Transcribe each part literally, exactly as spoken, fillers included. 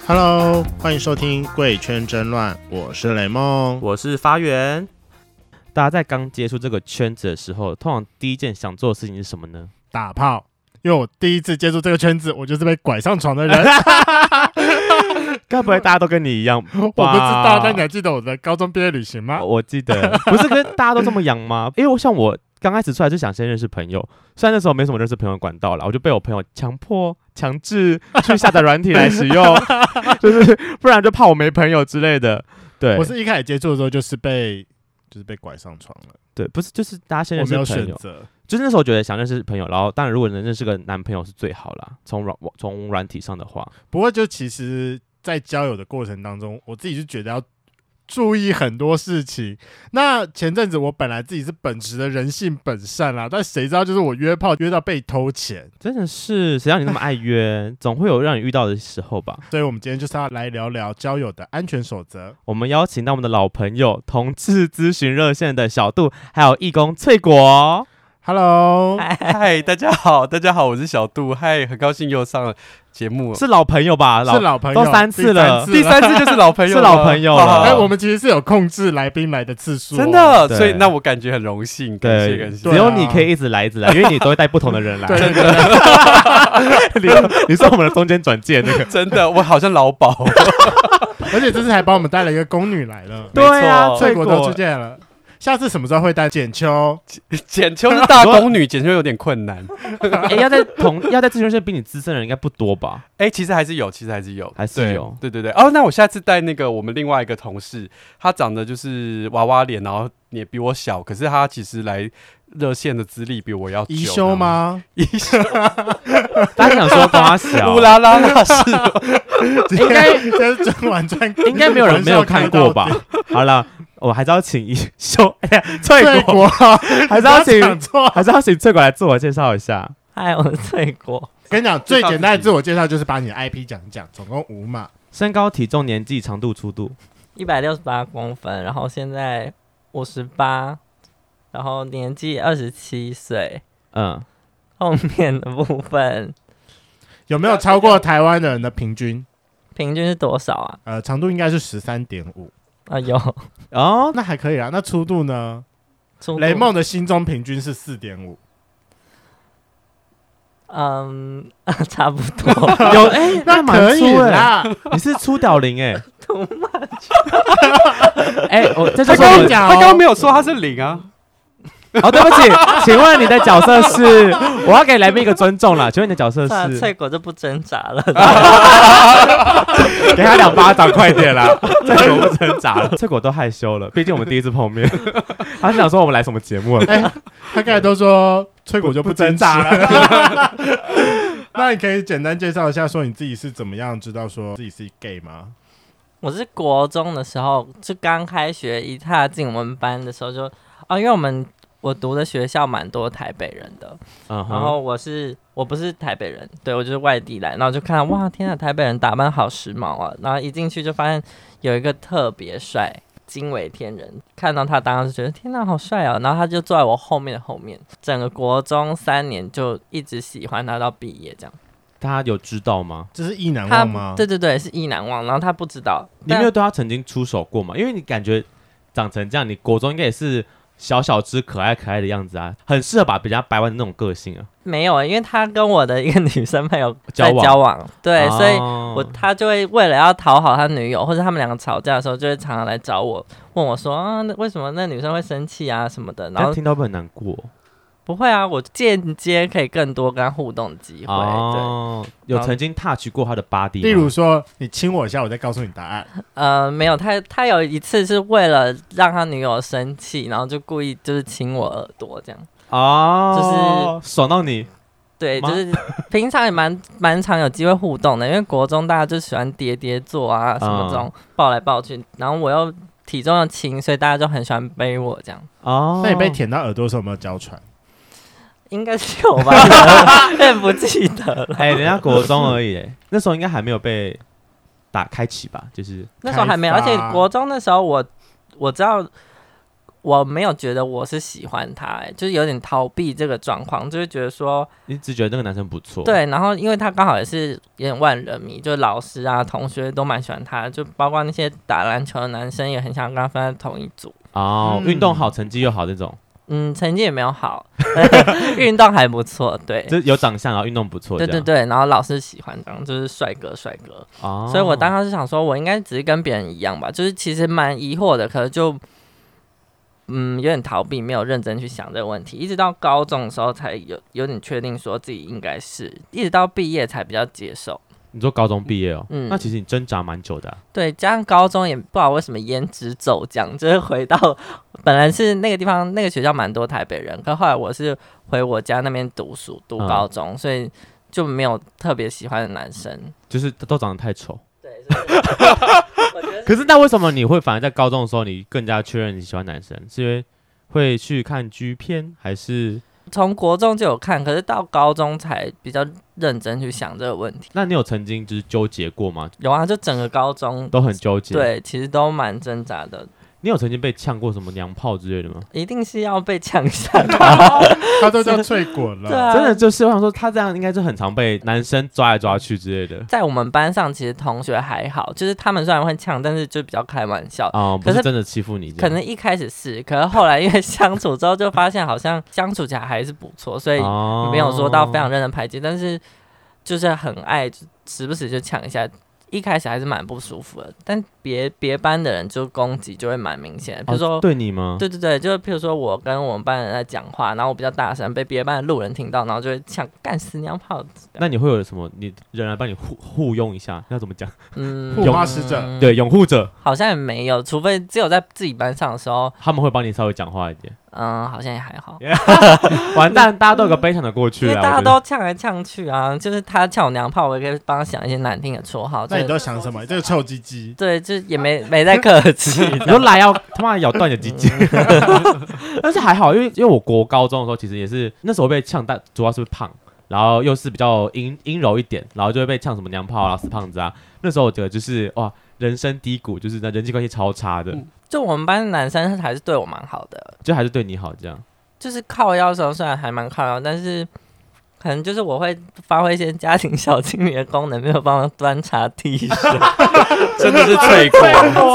Hello， 欢迎收听《贵圈争乱》，我是雷梦， 我是发源。大家在刚接触这个圈子的时候，通常第一件想做的事情是什么呢？ 打炮。因为我第一次接触这个圈子，我就是被拐上床的人。 该不会大家都跟你一样？ 我不知道，但你还记得我的高中毕业旅行吗？ 我记得，不是跟大家都这么养吗？因为我像我刚开始出来就想先认识朋友，虽然那时候没什么认识朋友的管道啦，我就被我朋友强迫、强制去下载软体来使用，就是不然就怕我没朋友之类的。对， 我是一开始接触的时候就是被就是被拐上床了。 对，不是就是大家先认识朋友， 我没有选择。 就是那时候觉得想认识朋友，然后当然如果能认识个男朋友是最好啦。从软从软体上的话， 不过就其实，在交友的过程当中，我自己就觉得要注意很多事情。那前阵子我本来自己是本质的人性本善啦，但谁知道就是我约炮约到被偷钱， 真的是谁让你那么爱约？总会有让你遇到的时候吧。 所以我们今天就是要来聊聊交友的安全守则。 我们邀请到我们的老朋友同志咨询热线的小杜，还有义工翠果。 Hello， 嗨，大家好，大家好，我是小杜，嗨，很高兴又上了节目， 是老朋友吧？ 是老朋友， 都三次了， 第三次就是老朋友， 是老朋友了。 哎，我们其实是有控制来宾来的次数、哦， 真的，所以那我感觉很荣幸，感谢感谢。 只有你可以一直来，一直来，因为你都会带不同的人来。 对对对你, 你是我们的中间转介那个， 真的，我好像劳保， 而且这次还帮我们带了一个宫女来了， 对啊， 翠果都出现了。下次什么时候会带简秋？ 简秋是大宫女，简秋有点困难。 哎、欸，要在同要在咨询室比你资深的人应该不多吧？ 哎、欸，其实还是有，其实还是有， 还是有。 对对对。哦，那我下次带那个我们另外一个同事，他长得就是娃娃脸，然后也比我小，可是他其实来热线的资历比我要久。 宜修吗？ 宜修， 大家想说瓜小， 乌拉拉那是。 应该这是甄嬛传， 应该没有人没有看过吧？好了。我还是要请一秀，哎呀，翠果，还是要请，还是要请翠果来自我介绍一下。 嗨，我是翠果。 跟你讲，最简单的自我介绍就是把你的 I P 讲一讲，总共五码。 身高、体重、年纪、长度、粗度。 一百六十八公分，然后现在五十八，然后年纪二十七岁。嗯，后面的部分有没有超过台湾的人的平均？ 平均是多少啊？ 呃，长度应该是十三点五。 啊，有哦，那还可以啦。那粗度呢？粗雷梦的心中平均是四点五。 嗯，差不多。 有哎、欸， 那可以啦。 你是粗屌零哎、欸、 ，too much。 哎、欸，我这他刚刚他刚刚没有说他是零啊。 哦，对不起，请问你的角色是？我要给来宾一个尊重啦。请问你的角色是？ 翠果就不挣扎了， 给他两巴掌，快点啦！翠果不挣扎了，翠果都害羞了，毕竟我们第一次碰面。他是想说我们来什么节目了？ 欸、他刚才都说翠果就不挣扎了。那你可以简单介绍一下，说你自己是怎么样知道说自己是 gay 吗？ 我是国中的时候，就刚开学一踏进我们班的时候就，哦，因为我们。我读的学校蛮多台北人的， uh-huh. 然后我是我不是台北人，对我就是外地来，然后就看到哇天啊，台北人打扮好时髦啊，然后一进去就发现有一个特别帅，惊为天人，看到他当时就觉得天哪好帅啊，然后他就坐在我后面的后面，整个国中三年就一直喜欢他到毕业这样。 他有知道吗？ 这是意难忘吗？ 对对对，是意难忘，然后他不知道。 你没有对他曾经出手过吗？因为你感觉长成这样，你国中应该也是小小只可爱可爱的样子啊，很适合把比较白弯的那种个性啊。 没有，因为他跟我的一个女生朋友在交往，对、哦，所以我他就会为了要讨好他女友，或者他们两个吵架的时候，就会常常来找我，问我说啊，为什么那女生会生气啊什么的。然后听到会很难过。 不会啊，我间接可以更多跟他互动的机会。 哦，对，有曾经 touch 过他的 body 吗？ 例如说，你亲我一下，我再告诉你答案。 呃，没有，他他有一次是为了让他女友生气，然后就故意就是亲我耳朵这样。 哦， 就是爽到你。 对，就是平常也蛮蛮常有机会互动的，因为国中大家就喜欢叠叠坐啊，什么这种抱来抱去，然后我又体重又轻，所以大家就很喜欢背我这样。 哦，那你被舔到耳朵的时候有没有娇喘？ 应该是有吧，有点不记得了。 哎、欸，人家国中而已，那时候应该还没有被打开启吧？就是那时候还没有，而且国中那时候我我知道我没有觉得我是喜欢他、欸，就是有点逃避这个状况，就是觉得说， 你只觉得那个男生不错， 对，然后因为他刚好也是有点万人迷，就是老师啊、同学都蛮喜欢他，就包括那些打篮球的男生也很想跟他分在同一组。 哦，运、嗯、动好，成绩又好那种。 嗯，成绩也没有好，运动还不错，对， 就有长相，然后运动不错， 对对对，然后老师喜欢这样，就是帅哥帅哥，哦，所以我当时想说，我应该只是跟别人一样吧，就是其实蛮疑惑的，可是就嗯有点逃避，没有认真去想这个问题，一直到高中的时候才有有点确定说自己应该是，一直到毕业才比较接受。 你说高中毕业哦，嗯，那其实你挣扎蛮久的、啊。 对，加上高中也不知道为什么颜值走降，就是回到本来是那个地方那个学校蛮多台北人，可后来我是回我家那边读书读高中、嗯，所以就没有特别喜欢的男生， 就是都长得太丑。 对，我觉得可是那为什么你会反而在高中的时候你更加确认你喜欢男生？是因为会去看 G 片，还是？ 从国中就有看，可是到高中才比较认真去想这个问题。 那你有曾经就是纠结过吗？ 有啊，就整个高中都很纠结。 对，其实都蛮挣扎的。 你有曾经被呛过什么娘炮之类的吗？ 一定是要被呛一下的， 他都叫脆滚了。 啊、 真的就是我想说，他这样应该就很常被男生抓来抓去之类的。 在我们班上，其实同学还好，就是他们虽然会呛，但是就比较开玩笑。 哦、嗯，不是真的欺负你。 可能一开始是，可是后来因为相处之后，就发现好像相处起来还是不错，所以没有说到非常认真排挤，但是就是很爱，时不时就呛一下。一开始还是蛮不舒服的，但别别班的人就攻击就会蛮明显的，比如说、 哦、对你吗？ 对对对，就譬如说我跟我们班人在讲话，然后我比较大声，被别班的路人听到，然后就会想干死娘炮子。 那你会有什么？你人来帮你护护用一下，要怎么讲？ 嗯，护花使者， 对，拥护者好像也没有，除非只有在自己班上的时候， 他们会帮你稍微讲话一点。 嗯，好像也还好。 完蛋，大家都有个悲惨的过去啦， 因为大家都呛来呛去啊，就是他呛我娘炮，我也可以帮他想一些难听的绰号。 那你都想什么？这个臭鸡鸡。 对，就也没没在客气。 你说来要他妈咬断你的鸡鸡。但是还好，因为因为我国高中的时候，其实也是那时候被呛，但主要是胖，然后又是比较阴阴柔一点，然后就会被呛什么娘炮啊、死胖子啊。那时候我觉得就是哇，人生低谷，就是那人际关系超差的。嗯， 就我们班的男生还是对我蛮好的， 就还是对你好这样。 就是靠腰的时候虽然还蛮靠腰，但是可能就是我会发挥一些家庭小精灵的功能，没有帮他端茶递水。 真的是脆果，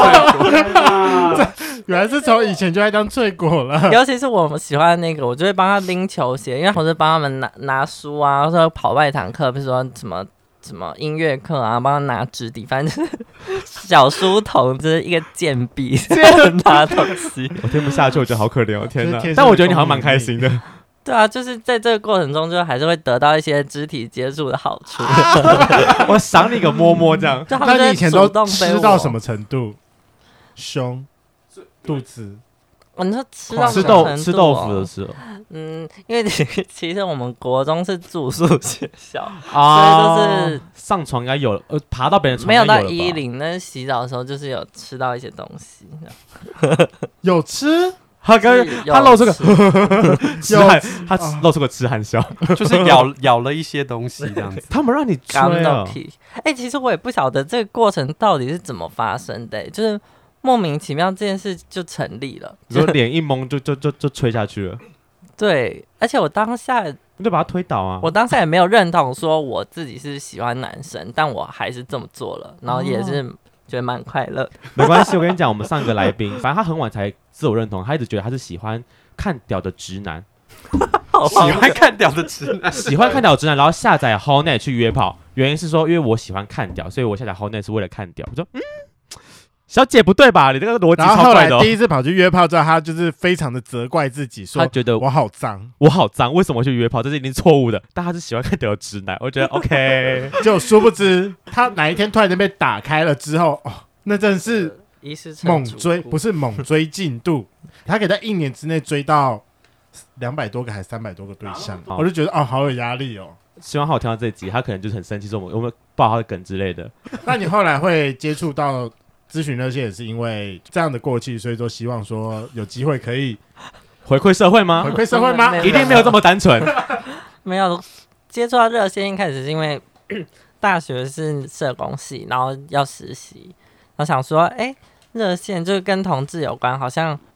原来是从以前就在当脆果了。 尤其是我们喜欢那个，我就会帮他拎球鞋，因为我是帮他们拿拿书啊，或者跑外堂课，比如说什么。什么音乐课啊，帮他拿纸笔，反正就是小书童，就是一个贱婢，拿东西。 我听不下去，我觉得好可怜，我天哪！但我觉得你好像蛮开心的。 对啊，就是在这个过程中，就还是会得到一些肢体接触的好处。 我赏你个摸摸这样。 那你以前都吃到什么程度？胸、肚子。 哦、你说吃到吃豆吃豆腐的时候， 嗯，因为其实我们国中是住宿学校，啊、所以就是上床应该有，呃，爬到别人床没有到一零，但是洗澡的时候就是有吃到一些东西， 有吃。 他刚他露出个痴汉，他露出个痴汉笑， 就是咬咬了一些东西这样子。 他们让你吹啊！ 哎、欸，其实我也不晓得这个过程到底是怎么发生的、欸，就是。莫名其妙这件事就成立了， 你说脸一蒙就就就就吹下去了。 对，而且我当下你就把他推倒啊！ 我当下也没有认同说我自己是喜欢男生，但我还是这么做了，然后也是觉得蛮快乐。 没关系，我跟你讲，我们上一个来宾，反正他很晚才自我认同，他一直觉得他是喜欢看屌的直男， 喜欢看屌的直男， 喜欢看屌的直男，然后下载 Hornet 去约炮，原因是说因为我喜欢看屌，所以我下载 Hornet 是为了看屌。我说嗯。小姐不对吧？你这个逻辑超怪的、哦。然后后来第一次跑去约炮之后，他就是非常的责怪自己，说他觉得我好脏， 我好脏，为什么去约炮？这是一定错误的。但他是喜欢看屌的直男，我觉得 OK。 就殊不知，他哪一天突然间被打开了之后，哦，那真的是猛追，不是猛追进度，他可以在一年之内追到两百多个还是三百多个对象，哦、我就觉得哦，好有压力哦。 希望他有听到这一集，他可能就是很生气，说我们我们爆他的梗之类的。 那你后来会接触到？咨询热线也是因为这样的过去，所以说希望说有机会可以回馈社会吗？ 回馈社会吗？ 一定没有这么单纯。 没有接触到热线，一开始是因为大学是社工系，然后要实习，然后想说，哎、欸，热线就是跟同志有关，好像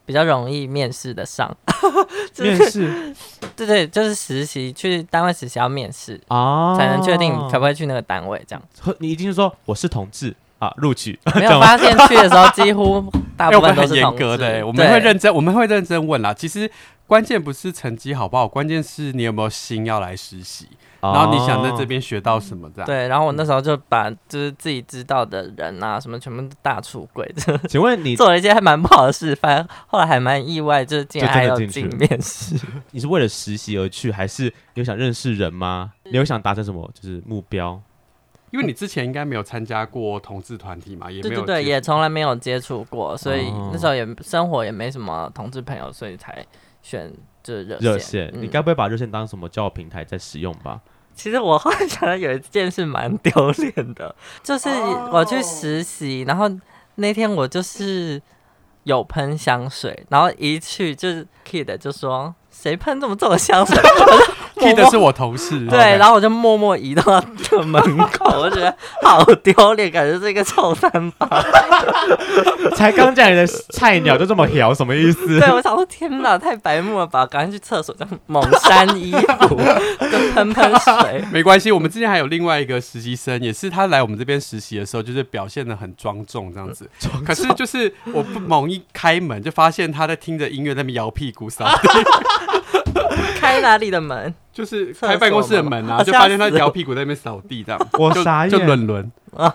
比较容易面试的上。 就是、面试， 对对，就是实习，去单位实习要面试哦， 才能确定可不可以去那个单位。这样， 你一定是说我是同志啊，录取。 没有发现去的时候几乎大部分都是同志。 欸、我们很严格的、欸，我们会认真，我们会认真问啦。其实关键不是成绩好不好，关键是你有没有心要来实习。然后你想在这边学到什么这样？ 对，然后我那时候就把就是自己知道的人啊什么全部都大出柜。 请问你做了一件还蛮不好的示范，后来还蛮意外，就是竟然还有进面试。 你是为了实习而去，还是你有想认识人吗？你有想达成什么就是目标？ 因为你之前应该没有参加过同志团体嘛，也没有对对对，也从来没有接触过，所以那时候也生活也没什么同志朋友，所以才选就是热线。 热线，嗯、你该不会把热线当什么交友平台在使用吧？ 其实我后来想到有一件事蛮丢脸的，就是我去实习，然后那天我就是有喷香水，然后一去就是 Kid 就说谁喷这么重的香水 ，Kid 是我同事， 对， okay. 然后我就默默移到他门口，我觉得好丢脸，感觉是一个臭三八。 才刚进来的菜鸟就这么屌，什么意思？ 对，我想说天哪，太白目了吧！赶快去厕所这样猛扇衣服，跟喷喷水。 没关系，我们之前还有另外一个实习生，也是他来我们这边实习的时候，就是表现得很庄重这样子。可是就是我猛一开门，就发现他在听着音乐在那边摇屁股扫地。 开哪里的门？ 就是开办公室的门啊，就发现他摇屁股在那边扫地这样。 我傻眼， 就轮轮。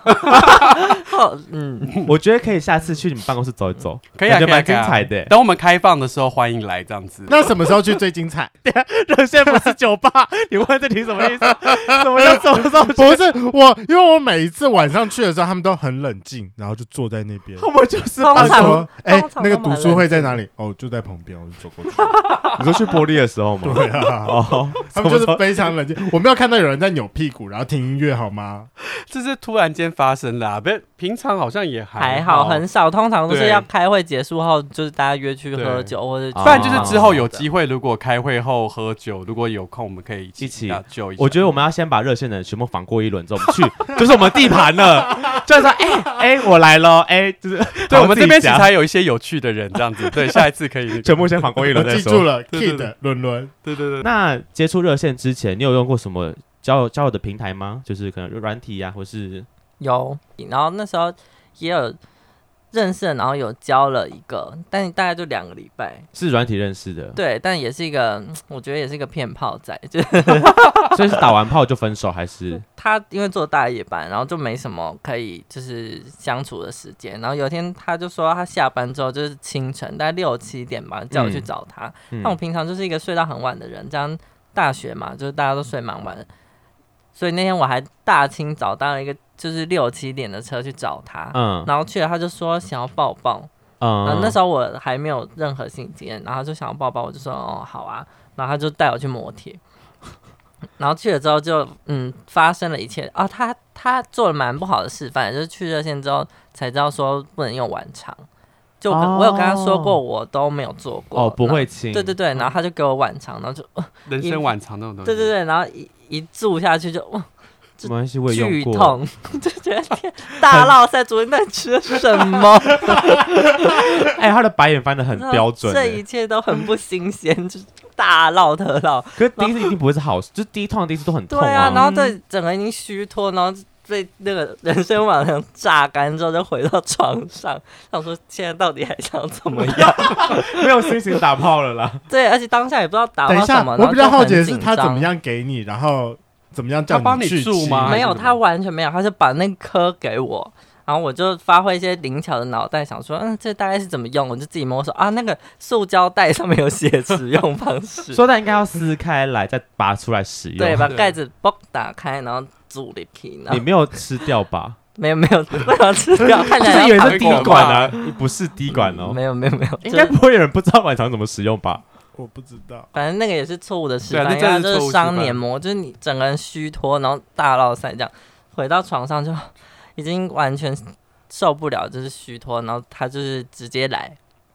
嗯，我觉得可以下次去你们办公室走一走， 可以啊， 感觉蛮精彩的。 等我们开放的时候，欢迎来这样子。 那什么时候去最精彩？ 热线不是酒吧，你问这题什么意思？什么叫什么时候？ 不是我，因为我每一次晚上去的时候，他们都很冷静，然后就坐在那边。 他们就是通常， 哎、欸，那个读书会在哪里？哦，就在旁边，我就走过去。 你说去玻璃的时候吗？ 对啊，哦，他们就是非常冷静。我没有看到有人在扭屁股，然后听音乐，好吗？ 这是突然间发生的啊，不是平常好像也还 好, 还好，很少。通常都是要开会结束后，就是大家约去喝酒，或者不然就是之后有机会，如果开会后喝酒，如果有空，我们可以一起就一起。 我觉得我们要先把热线的人全部访过一轮之后，我们去就是我们地盘了，就是说，哎哎、欸，我来了，哎、欸，就是对我们这边其实还有一些有趣的人，这样子，对，下一次可以全部先访过一轮再说。 记住了 ，Kid 伦伦， 对对对。 那接触热线之前，你有用过什么交友交友的平台吗？就是可能软体啊，或是有，然后那时候也有认识，然后有交了一个，但大概就两个礼拜。 是软体认识的， 对，但也是一个，我觉得也是一个骗炮仔，就所以是打完炮就分手，还是他因为做大夜班，然后就没什么可以就是相处的时间。然后有一天他就说他下班之后就是清晨大概六七点吧，叫我去找他。那、嗯、我平常就是一个睡到很晚的人，这样大学嘛，就是大家都睡蛮晚的。所以那天我还大清早搭了一个就是六七点的车去找他，嗯，然后去了他就说想要抱抱，嗯，然后那时候我还没有任何性经验，然后他就想要抱抱，我就说哦好啊，然后他就带我去摩铁，然后去了之后就嗯发生了一切啊，他他做了蛮不好的示范，就是去热线之后才知道说不能用晚肠。就我有跟他说过，我都没有做过哦，不会亲。 对对对，然后他就给我晚肠，然后就、呃、 人生晚肠那种东西。 对对对，然后一一注下去就哇， 没关系，我也用过。 剧痛，就觉得天大烙赛昨天在吃什么？ 哎，他的白眼翻得很标准， 这一切都很不新鲜，就是大烙特烙。 可是第一次一定不会是好事，就是第一通常第一次都很痛啊。 对啊，然后对整个已经虚脱，然后。被那个人生网上榨干之后，就回到床上，想说现在到底还想怎么样？ 没有心情打炮了啦。 对，而且当下也不知道打炮什么。 我比较好奇的是他怎么样给你，然后怎么样叫你去住吗？ 没有，他完全没有，他就把那颗给我，然后我就发挥一些灵巧的脑袋，想说，嗯，这大概是怎么用？我就自己摸索啊，那个塑胶袋上面有写使用方式， 塑料袋应该要撕开来再拔出来使用。 对，把盖子嘣打开，然后。 你没有吃掉吧？ 没有没有没有吃掉，看起来就是以为是滴管啊，不是滴管哦。 没有没有没有， 应该不会有人不知道晚肠怎么使用吧？ 我不知道， 反正那个也是错误的示范，因为它就是伤黏膜，就是你整个人虚脱，然后大烙赛这样，回到床上就已经完全受不了，就是虚脱，然后他就是直接来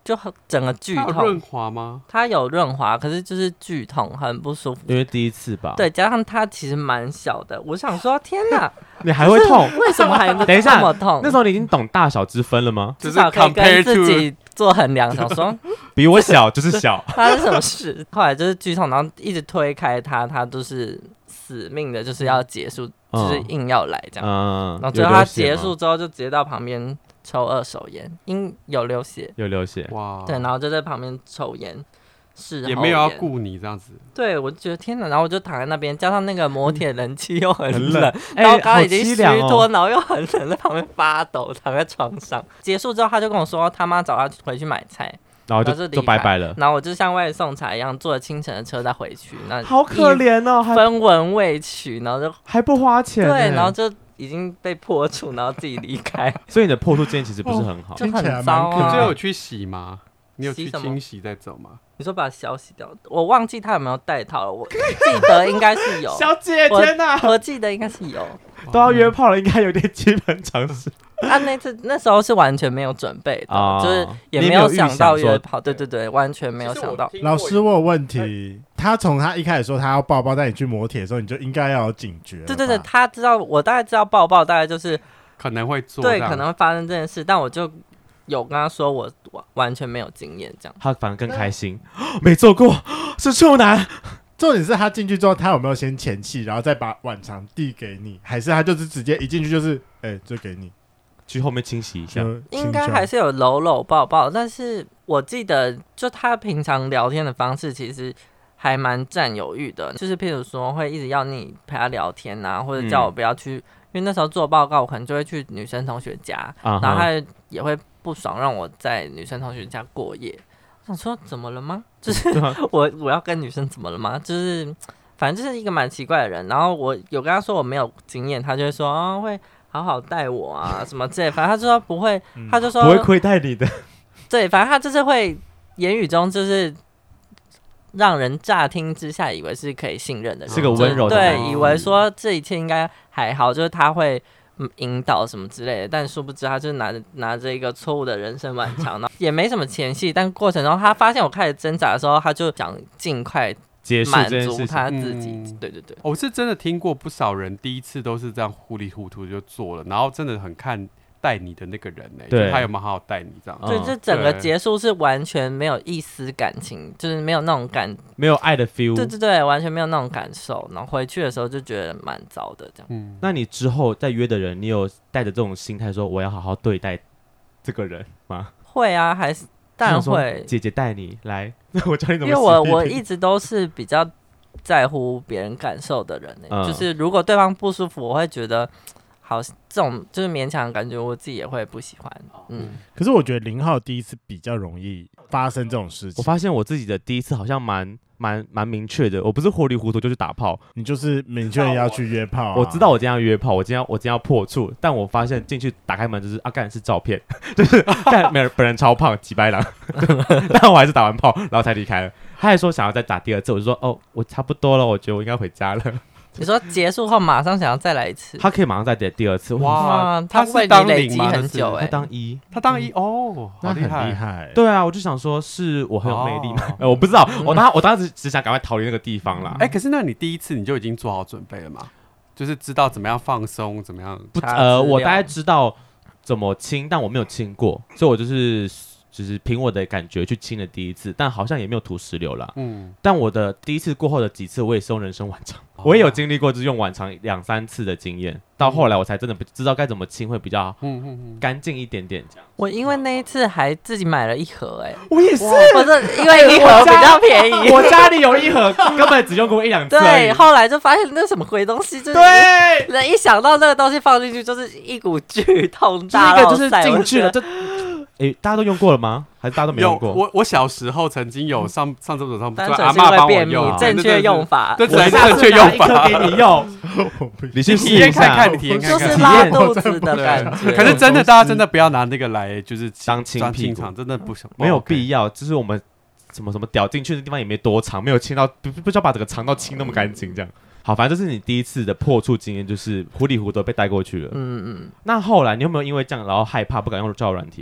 就整个剧痛。 润滑吗？ 它有润滑，可是就是剧痛，很不舒服。 因为第一次吧。 对，加上它其实蛮小的，我想说，天哪， 你还会痛？ 为什么还等一下这么痛？ 那时候你已经懂大小之分了吗？ 至少可以跟自己做衡量，想说比我小就是小， 发生什么事？后来就是剧痛，然后一直推开它，它都是死命的，就是要结束，嗯、就是硬要来这样。嗯，然后最后它结束之后，就直接到旁边抽二手烟，因有流血， 有流血， 哇！ 对，然后就在旁边抽烟。 也没有要顾你这样子， 对我就觉得天哪，然后我就躺在那边，加上那个摩铁冷气又很冷， 很然后刚刚已经虚脱， 哦、 然后又很冷，在旁边发抖，躺在床上。结束之后，他就跟我说他妈找他回去买菜， 然后就就就拜拜了。 然后我就像外送茶一样，坐了清晨的车再回去。那好可怜哦， 分文未取，然后就还不花钱， 对，然后就已经被破处，然后自己离开。 所以你的破处经验其实不是很好， 哦、就很糟啊。 你最后有去洗吗？你有去清洗再走吗？ 你说把小洗掉，我忘记他有没有戴套了，我记得应该是有。 小姐，天哪！ 我记得应该是有。 都要约炮了，应该有点基本常识。 啊，那次那时候是完全没有准备的， 哦、 就是也没有想到约炮，对对对，完全没有想到。 老师，我有问题，他从他一开始说他要抱抱带你去摩铁的时候，你就应该要有警觉。 对对对，他知道，我大概知道抱抱大概就是可能会做， 对，可能会发生这件事，但我就。有跟他说我完全没有经验，这样他反而更开心，没做过是处男。 重点是他进去之后，他有没有先前戏，然后再把碗肠递给你，还是他就是直接一进去就是哎、欸，就给你去后面清洗一下？ 应该还是有搂搂抱抱，但是我记得就他平常聊天的方式其实还蛮占有欲的，就是譬如说会一直要你陪他聊天啊，或者叫我不要去，嗯、因为那时候做报告我可能就会去女生同学家，嗯、然后他也会不爽让我在女生同学家过夜。我想说怎么了吗？就是我我要跟女生怎么了吗？就是反正就是一个蛮奇怪的人。然后我有跟他说我没有经验，他就会说哦会好好带我啊什么之类。反正他就说不会，嗯、他就说不会亏待你的。 对，反正他就是会言语中就是让人乍听之下以为是可以信任的人， 是个温柔的对，以为说这一切应该还好，就是他会。引导什么之类的，但殊不知他就是拿着拿着一个错误的人生碗肠，然后也没什么前戏，但过程中他发现我开始挣扎的时候，他就想尽快满足他自己。嗯、对对对， 我是真的听过不少人第一次都是这样糊里糊涂就做了，然后真的很看带你的那个人呢、欸，就是他有没有好好带你这样。 对，这整个结束是完全没有一丝感情，就是没有那种感， 没有爱的 feel。 对对对，完全没有那种感受。然后回去的时候就觉得蛮糟的这样。 嗯，那你之后再约的人，你有带着这种心态说我要好好对待这个人吗？ 会啊，还是当然会。 姐姐带你来，我教你怎么洗屁屁。 因为我我一直都是比较在乎别人感受的人、欸嗯、就是如果对方不舒服，我会觉得。好，这种就是勉强的感觉，我自己也会不喜欢。嗯， 可是我觉得零号第一次比较容易发生这种事情。 我发现我自己的第一次好像蛮蛮蛮明确的，我不是糊里糊涂就去打炮， 你就是明确要去约炮、啊。 我知道我今天要约炮，我今天要我今天要破处，但我发现进去打开门就是啊，干是照片，就是干没人本人超胖，几白狼，但我还是打完炮然后才离开了。他还说想要再打第二次，我就说哦，我差不多了，我觉得我应该回家了。 你说结束后马上想要再来一次， 他可以马上再点第二次。 哇， 他是当累积很久哎、欸， 他当一， 他当一、嗯、哦，好厉害， 厉害。 对啊，我就想说，是我很有魅力吗？哦呃、我不知道，我当我当时只想赶快逃离那个地方啦。 哎、欸，可是那你第一次你就已经做好准备了吗？就是知道怎么样放松，怎么样？ 不，呃，我大概知道怎么亲，但我没有亲过，所以我就是。就是凭我的感觉去亲了第一次，但好像也没有吐石榴啦。嗯，但我的第一次过后的几次，我也是用人生碗肠，哦、我也有经历过，就是用碗肠两三次的经验。到后来我才真的不知道该怎么亲会比较干净一点点这样。 我因为那一次还自己买了一盒、欸，哎， 我也是， 不是因为一盒比较便宜， 我家里有一盒，根本只用过一两次。 对，后来就发现那什么鬼东西，就是对， 人一想到那个东西放进去，就是一股剧痛， 大到就是进去了，就。哎，大家都用过了吗？还是大家都没用过？ 我我小时候曾经有上上厕所上， 单纯阿嬷帮我用，正确用法， 这才是正确用法。 给你用，你去体验看看，你体验看看， 就是拉肚子的感觉。 可是真的，大家真的不要拿那个来，就是当亲屁股， 真的不想， 没有必要。就是我们什么什么屌进去的地方也没多长，没有亲到，不不需要把整个肠道清那么干净，这样。好，反正这是你第一次的破处经验，就是糊里糊涂被带过去了。嗯嗯。那后来你有没有因为这样，然后害怕不敢用交友软体啊？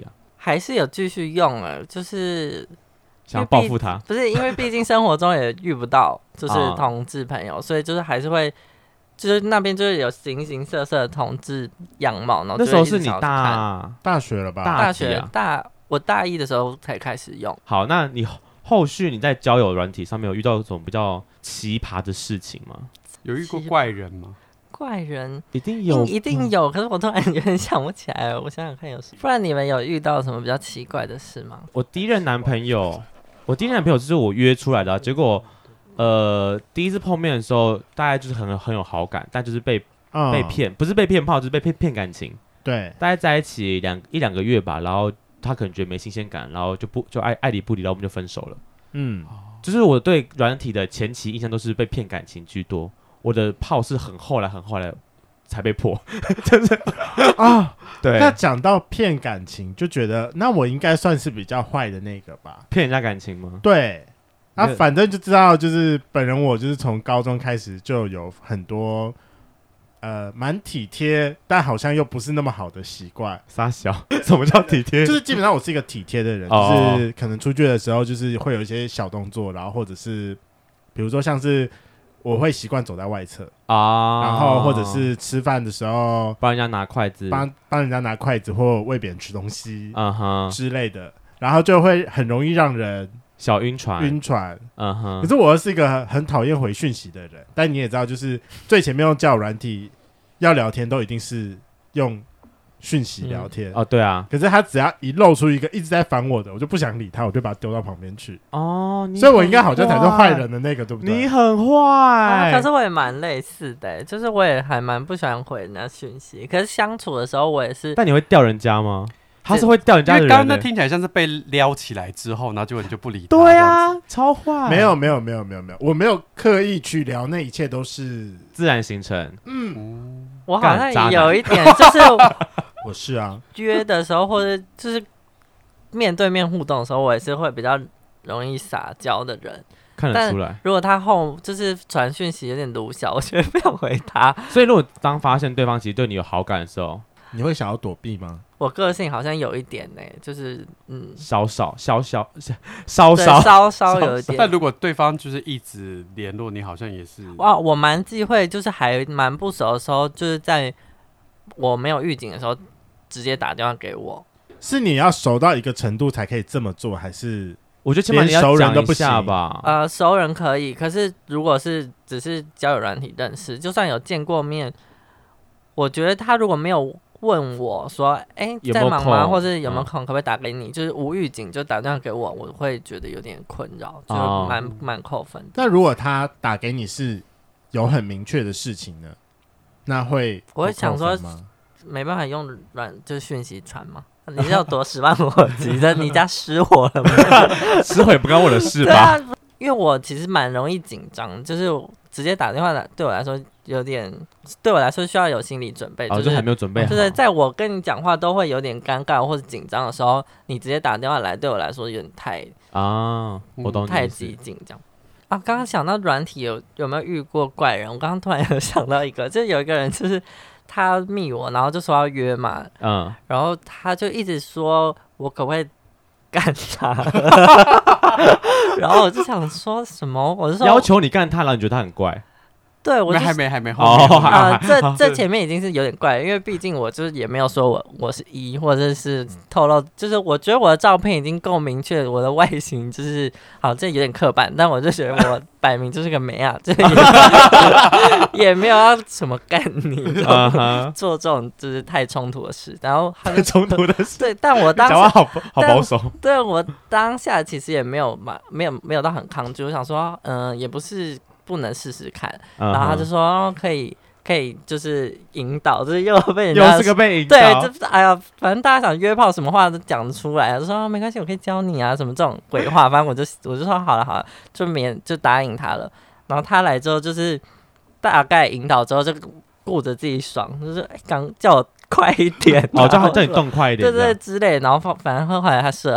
还是有继续用了，就是想要报复他， 不是因为毕竟生活中也遇不到就是同志朋友，所以就是还是会。就是那边就是有形形色色的同志样貌，然后那时候是你大大学了吧？ 大学大我大一的时候才开始用。 好，那你后续你在交友软体上面有遇到这种比较奇葩的事情吗？ 有遇过怪人吗？ 怪人一定有， 一定有。可是我突然有点想不起来了，我想想看有什么。不然你们有遇到什么比较奇怪的事吗？ 我第一任男朋友，我第一任男朋友就是我约出来的、啊，结果。呃，第一次碰面的时候，大概就是很很有好感，但就是被、嗯、被骗，不是被骗炮，就是被骗骗感情。 对， 大概在一起两一两个月吧，然后他可能觉得没新鲜感，然后就不就爱爱理不理，然后我们就分手了。嗯，就是我对软体的前期印象都是被骗感情居多，我的炮是很后来很后来才被破，就是啊， 对。 那讲到骗感情，就觉得那我应该算是比较坏的那个吧？ 骗人家感情吗？ 对。啊，反正就知道，就是本人我就是从高中开始就有很多呃蛮体贴，但好像又不是那么好的习惯。 傻小，什么叫体贴？ 就是基本上我是一个体贴的人，哦、就是可能出去的时候，就是会有一些小动作，然后或者是比如说像是我会习惯走在外侧啊、哦，然后或者是吃饭的时候帮人家拿筷子， 帮帮人家拿筷子或喂别人吃东西啊哈、 uh-huh. 之类的，然后就会很容易让人。 小晕船， 晕船， 嗯哼。 可是我是一个很讨厌回讯息的人，但你也知道，就是最前面用交友软体要聊天，都一定是用讯息聊天、 嗯、哦，对啊。 可是他只要一露出一个一直在烦我的，我就不想理他，我就把他丢到旁边去。 哦， 所以我应该好像才是坏人的那个，对不对？ 你很坏、 啊，可是我也蛮类似的，就是我也还蛮不喜欢回人家讯息，可是相处的时候我也是。 但你会吊人家吗？他是会吊人家的人、欸， 因为刚刚那听起来像是被撩起来之后，然后结果你就不理他。 对啊，超坏。 没有没有没有没有没有，我没有刻意去聊，那一切都是自然形成。 嗯， 我好像也有一点，就是我是啊， 约的时候或者就是面对面互动的时候，我也是会比较容易撒娇的人。 看得出来。 如果他后就是传讯息有点鲁小，我就会不想回他。 所以如果当发现对方其实对你有好感的时候， 你会想要躲避吗？ 我个性好像有一点呢、欸，就是嗯， 稍稍稍稍稍稍稍稍有一点。 但如果对方就是一直联络你，好像也是哇，我蛮忌讳，就是还蛮不熟的时候，就是在我没有预警的时候，直接打电话给我。 是你要熟到一个程度才可以这么做，还是？ 我觉得起码你要讲一下吧。 呃，熟人可以，可是如果是只是交友软体认识，就算有见过面，我觉得他如果没有问我说，哎、欸，在忙吗？或者有没有空，可不可以打给你？嗯、就是无预警就打电话给我，我会觉得有点困扰，就蛮蛮、哦、扣分的。 那如果他打给你是有很明确的事情呢？那会我会想说，没办法用软就是讯息传吗？你是有多十万火急的？你家失火了吗？ 失火也不干我的事吧？ 因为我其实蛮容易紧张，就是直接打电话来对我来说有点，对我来说需要有心理准备， 哦、 就是、 就还没有准备好， 就是在我跟你讲话都会有点尴尬或者紧张的时候，你直接打电话来对我来说有点太啊，我懂、嗯， 太激进这样。啊，刚刚想到软体有有没有遇过怪人？我刚刚突然有想到一个，就是有一个人就是他密我，然后就说要约嘛，嗯，然后他就一直说我可不可以干他，然后我就想说什么，我就说要求你干他，然后你觉得他很怪。 对，我、就是、 还没还没后面、 哦、 啊，这这前面已经是有点怪了，因为毕竟我就是也没有说我我是一，或者是透露，就是我觉得我的照片已经够明确，我的外形就是好，这有点刻板，但我就觉得我摆明就是个美啊，这也, 也没有要什么干你，uh-huh. 做这种就是太冲突的事，然后太冲突的事， 对，但我当讲话好好保守， 对我当下其实也没有嘛，没有没有到很抗拒，我想说，嗯、呃，也不是。不能试试看， uh-huh. 然后他就说、哦、可以可以就是引导，就是又被人家又是个被引导， 对，就是哎呀，反正大家想约炮什么话都讲得出来，就说、哦、没关系，我可以教你啊，什么这种鬼话，反正我就我就说好了好了，就免就答应他了。然后他来之后就是大概引导之后就顾着自己爽，就是哎刚、欸、叫我快一点、啊， 哦，叫叫你动快一点， 对对之类。然后反正后来他射了，他就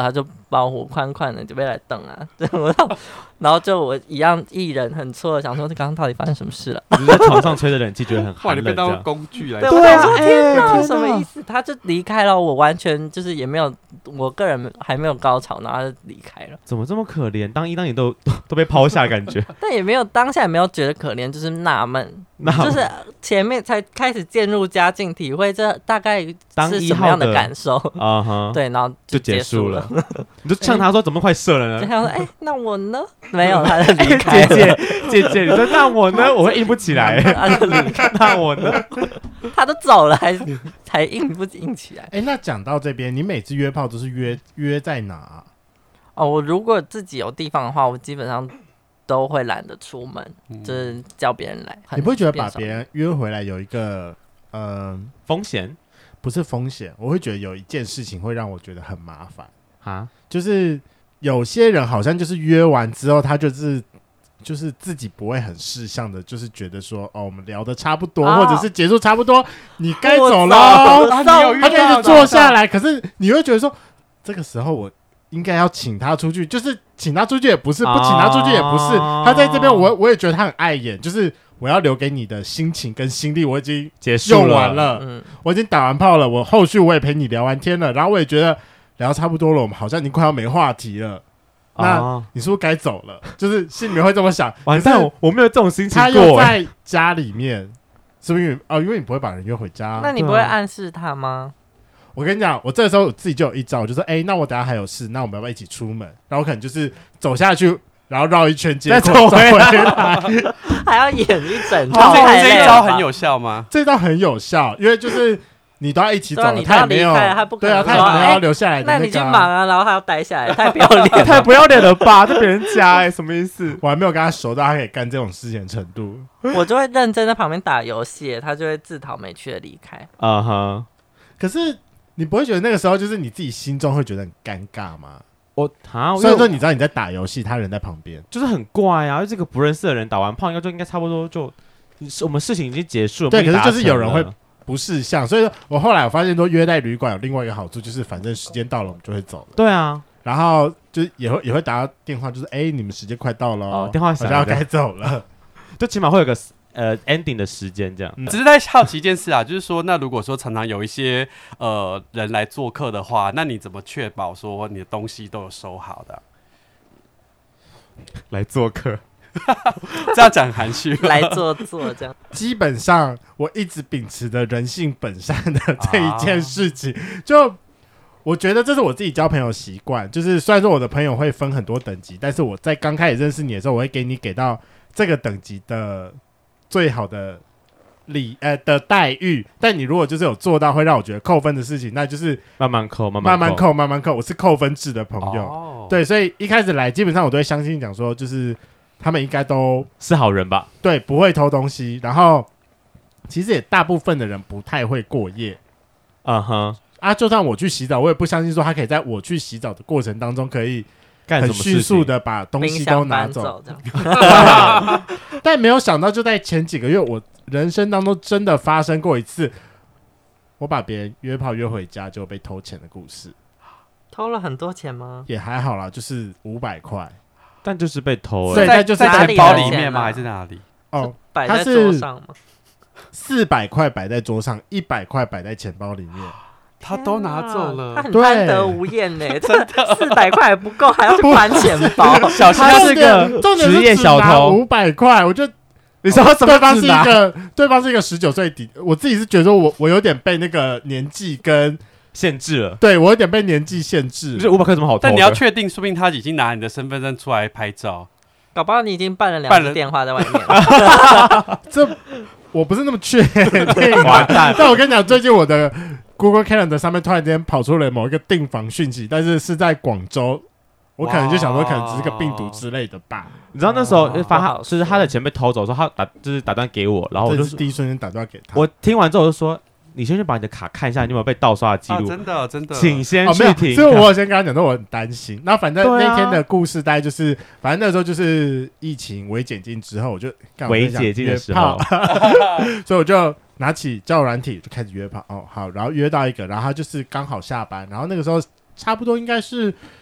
保护宽宽的就被来瞪啊，然后就我一样艺人很错的想说，刚刚到底发生什么事了？ 你在床上吹着冷气，觉得很寒冷， 你被当工具来。 对， 对啊， 我说天哪， 欸、 什么意思？他就离开了，我完全就是也没有，我个人还没有高潮，然后他就离开了。 怎么这么可怜？当一当你都都都被抛下的感觉， 但也没有当下也没有觉得可怜，就是纳闷，就是前面才开始渐入佳境，体会这大概是什么样的感受啊哈？ 对，然后就结束了。你就呛他说怎么快射了呢？ 就想说，哎、欸，那我呢？没有，他就离开了。 姐姐姐姐，你说那我呢？我会硬不起来。 他就离开， 那我呢？ 他都走了，还才硬不硬起来？ 哎、欸，那讲到这边，你每次约炮都是约约在哪、啊？ 哦，我如果自己有地方的话，我基本上都会懒得出门，嗯、就是叫别人来。 你不会觉得把别人约回来有一个呃风险？ 不是风险，我会觉得有一件事情会让我觉得很麻烦啊， 就是有些人好像就是约完之后，他就是就是自己不会很识相的，就是觉得说哦，我们聊的差不多，哦、或者是结束差不多，你该走了，啊、他就一直坐下来。可是你会觉得说，这个时候我应该要请他出去，就是请他出去也不是，不请他出去也不是。哦、他在这边，我我也觉得他很碍眼，就是我要留给你的心情跟心力，我已经用完了， 嗯、 我已经打完炮了，我后续我也陪你聊完天了，然后我也觉得聊差不多了，我们好像已经快要没话题了。那你是不是该走了？就是心里面会这么想。 完蛋，我我没有这种心情过。 他又在家里面，是不是因为哦？因为你不会把人约回家。 那你不会暗示他吗？ 我跟你讲，我这个时候我自己就有一招，我就说，哎、欸，那我等一下还有事，那我们要不要一起出门？然后我可能就是走下去，然后绕一圈街，再走回来， 还要演一整套。 这一招很有效吗？ 这一招很有效，因为就是你都要一起走， 你他也没有， 他不可能对啊，他也没有要留下来的、那個欸。那你去忙啊，然后他要待下来，太不要脸， 太不要脸了吧？在别人家哎、欸，什么意思？ 我还没有跟他熟到他可以干这种事情的程度。 我就会认真在旁边打游戏，他就会自讨没趣的离开。 啊哈， 可是你不会觉得那个时候就是你自己心中会觉得很尴尬吗？ 我啊， 虽然说你知道你在打游戏，他人在旁边， 就是很怪啊。这个不认识的人打完炮，应该就应该差不多就，我们事情已经结束了。 对，可是就是有人会不识相，所以我后来我发现说约在旅馆有另外一个好处，就是反正时间到了我们就会走了。 对啊， 然后就也会也会打到电话，就是哎、欸，你们时间快到了、哦， 电话好像要该走了， 就起码会有个。呃 ，ending 的时间这样， 嗯、只是在好奇一件事啊，就是说，那如果说常常有一些呃人来做客的话，那你怎么确保说你的东西都有收好的、啊？ 来做客， 这样讲含蓄， 来做做这样。 基本上我一直秉持着人性本善的这一件事情，啊、就我觉得这是我自己交朋友习惯，就是虽然说我的朋友会分很多等级，但是我在刚开始认识你的时候，我会给你给到这个等级的。最好的礼呃的待遇，但你如果就是有做到会让我觉得扣分的事情，那就是慢慢扣，慢慢慢扣，慢慢扣。我是扣分制的朋友，哦、对，所以一开始来基本上我都会相信讲说，就是他们应该都是好人吧？ 对，不会偷东西。然后其实也大部分的人不太会过夜， 嗯哼啊，就算我去洗澡，我也不相信说他可以在我去洗澡的过程当中可以。很迅速的把东西都拿走， 走但没有想到，就在前几个月，我人生当中真的发生过一次，我把别人约炮约回家就被偷钱的故事。 偷了很多钱吗？ 也还好啦，就是五百块， 但就是被偷了。 对，在就是在钱包里面吗？还是哪里？ 哦， 摆在桌上吗？ 四百块摆在桌上，一百块摆在钱包里面。 他都拿走了， 他很贪得无厌呢、欸，真的四百块还不够，还要去翻钱包。 小新他是个职业小偷， 五百块，我就你说对方是一个对方是一个十九岁底，我自己是觉得说我我有点被那个年纪跟限制了， 对我有点被年纪限制。 这五百块怎么好偷？ 但你要确定，说不定他已经拿你的身份证出来拍照， 搞不好你已经办了两次电话在外面了。这我不是那么确定，完蛋！但我跟你讲，最近我的。Google Calendar 上面突然间跑出了某一个订房讯息，但是是在广州，我可能就想说，可能只是个病毒之类的吧。 你知道那时候发他就是他的钱被偷走的时候，他打就是打断给我，然后我就第一瞬间打断给他。 我听完之后我就说：“你先去把你的卡看一下，你有没有被盗刷的记录、 啊？真的真的， 请先去听。” 所以我有先跟他讲说我很担心。那反正那天的故事大概就是，啊、反正那时候就是疫情微解禁之后，我就微解禁的时候， 所以我就。拿起交友软体就开始约炮哦，好，然后约到一个，然后他就是刚好下班，然后那个时候差不多应该是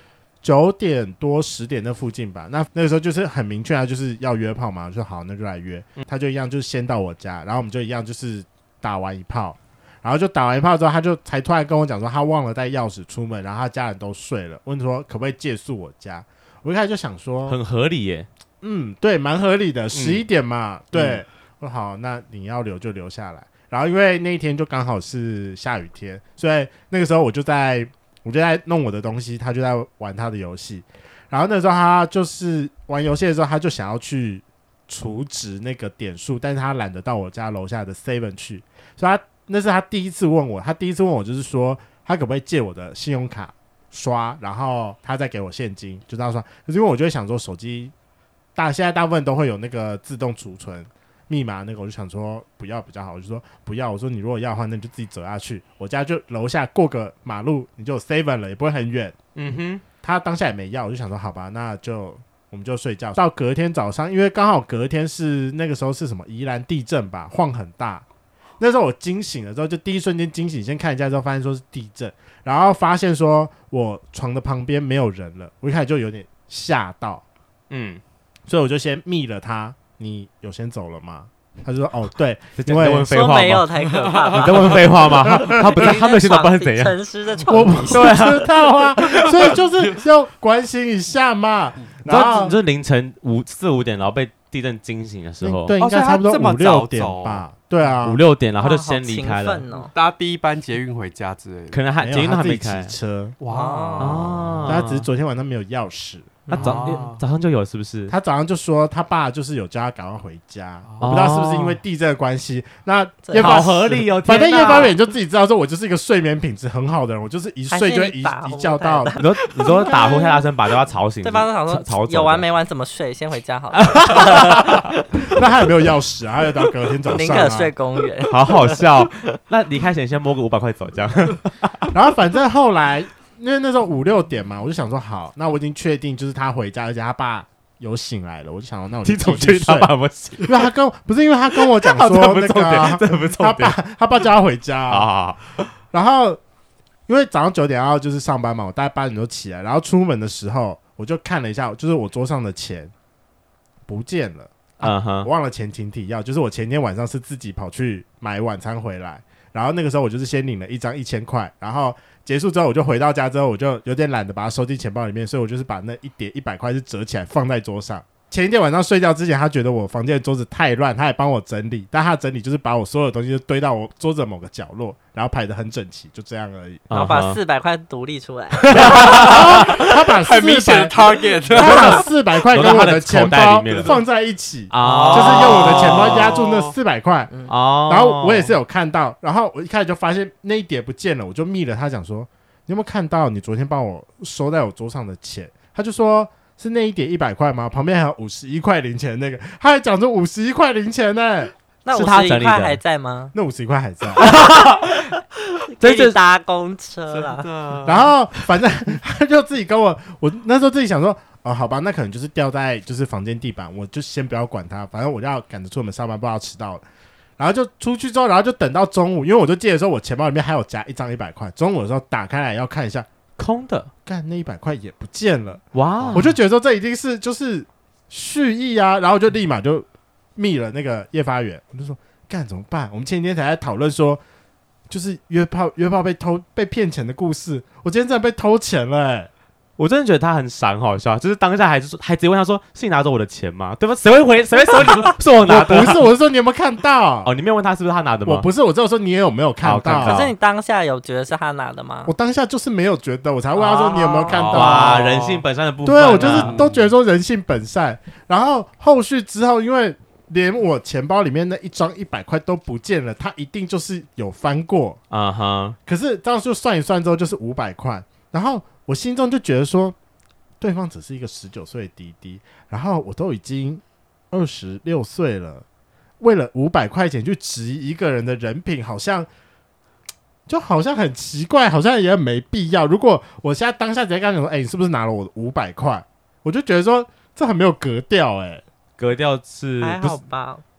九点多十点那附近吧。那那个时候就是很明确，他就是要约炮嘛，我说好，那就来约。嗯、他就一样，就是先到我家，然后我们就一样，就是打完一炮，然后就打完一炮之后，他就才突然跟我讲说，他忘了带钥匙出门，然后他家人都睡了，问说可不可以借宿我家。我一开始就想说， 很合理耶。 嗯，对，蛮合理的，十一点嘛，嗯、对。嗯说好，那你要留就留下来。然后因为那一天就刚好是下雨天，所以那个时候我就在我就在弄我的东西，他就在玩他的游戏。然后那时候他就是玩游戏的时候，他就想要去储值那个点数，但是他懒得到我家楼下的 seven 去，所以他那是他第一次问我，他第一次问我就是说他可不可以借我的信用卡刷，然后他再给我现金，就这样刷。可是因为我就会想说手机大现在大部分都会有那个自动储存密码，那个我就想说不要比较好，我就说不要。我说你如果要的话，那你就自己走下去，我家就楼下过个马路你就有 seven 了，也不会很远。嗯哼，他当下也没要，我就想说好吧，那就我们就睡觉。到隔天早上，因为刚好隔天是那个时候是什么宜兰地震吧，晃很大。那时候我惊醒了之后，就第一瞬间惊醒，先看一下之后发现说是地震，然后发现说我床的旁边没有人了，我一开始就有点吓到，嗯，所以我就先密了他。你有先走了吗？他就说哦对，因为问废话吗？ 说没有太可怕吧？ 你在问废话吗？他他不是他没有先走，不然怎样？ 诚实的床底下， 我不知道啊，所以就是要关心一下嘛。 然后你就凌晨五四五点，然后被地震惊醒的时候， 对，应该差不多五六点吧。对啊， 五六点，然后就先离开了， 哦、 搭第一班捷运回家之类的， 可能还捷运都还没开车。 哇， 哦，他只是昨天晚上没有钥匙。 他早早上就有是不是？ 他早上就说他爸就是有叫他赶快回家，我不知道是不是因为地震的关系。那好合理哦， 反正叶发远就自己知道说，我就是一个睡眠品质很好的人，我就是一睡就会一一觉到。 你说你说打呼太大声把对方吵醒， 对方想说有完没完怎么睡，先回家好了。 那他有没有钥匙啊？他要到隔天早上， 宁可睡公园， 好好笑。那离开前先摸个五百块走这样。 然后反正后来。因为那时候五六点嘛，我就想说好，那我已经确定就是他回家，而且他爸有醒来了，我就想说那我就继续睡。 他爸不醒， 因为他跟不是因为他跟我讲说那个， 这不是重点， 他爸他爸叫他回家， 好好好。 然后因为早上九点要就是上班嘛，我大概八点多起来，然后出门的时候我就看了一下，就是我桌上的钱不见了，啊 uh-huh. 我忘了前情提要，就是我前天晚上是自己跑去买晚餐回来，然后那个时候我就是先领了一张一千块，然后。结束之后，我就回到家之后，我就有点懒得把它收进钱包里面，所以我就是把那一叠一百块是折起来放在桌上。前一天晚上睡觉之前，他觉得我房间的桌子太乱，他也帮我整理，但他的整理就是把我所有的东西都堆到我桌子的某个角落，然后排得很整齐，就这样而已。 然后把四百块独立出来， 他把很明显的 target， 他把四百块跟我的钱包放在一起，哦、就是用我的钱包压住那四百块。哦，然后我也是有看到，然后我一开始就发现那一叠不见了，我就密了他讲说，你有没有看到你昨天帮我收在我桌上的钱？他就说。是那一叠一百块吗？旁边还有五十一块零钱，那个他还讲出五十一块零钱呢、欸。 那五十一块还在吗？ 那五十一块还在， 可以搭公车啦。 然后反正他就自己跟我，我那时候自己想说，哦，好吧，那可能就是掉在就是房间地板，我就先不要管它，反正我就要赶着出门上班，不然迟到了。然后就出去之后，然后就等到中午，因为我就记得说我钱包里面还有夹一张一百块，中午的时候打开来要看一下。 空的， 干那一百块也不见了， 哇！ 我就觉得说这一定是就是蓄意啊，然后就立马就密了那个叶发源，我就说干怎么办？我们前几天才在讨论说，就是约炮约炮被偷被骗钱的故事，我今天真的被偷钱了、欸。 我真的觉得他很傻，很好笑。就是当下还是还直接问他说：“是你拿走我的钱吗？”对吧？谁会回？谁会说你是我拿的？ 不是，我是说你有没有看到？ 哦，你没有问他是不是他拿的吗？ 我不是，我只有说你有没有看到。 看到可是你当下有觉得是他拿的吗？ 我当下就是没有觉得，我才问他说你有没有看到？ 哦、哇，人性本善的部分、 啊。对，我就是都觉得说人性本善。然后后续之后，因为连我钱包里面那一张一百块都不见了，他一定就是有翻过啊哈。Uh-huh. 可是这样就算一算之后就是五百块，然后我心中就觉得说。对方只是一个十九岁的弟弟，然后我都已经二十六岁了，为了五百块钱去质疑一个人的人品，好像就好像很奇怪，好像也很没必要。如果我现在当下直接跟他讲说：“哎、欸，你是不是拿了我的五百块？”我就觉得说这很没有格调、欸，哎， 格调是还好吧？ 不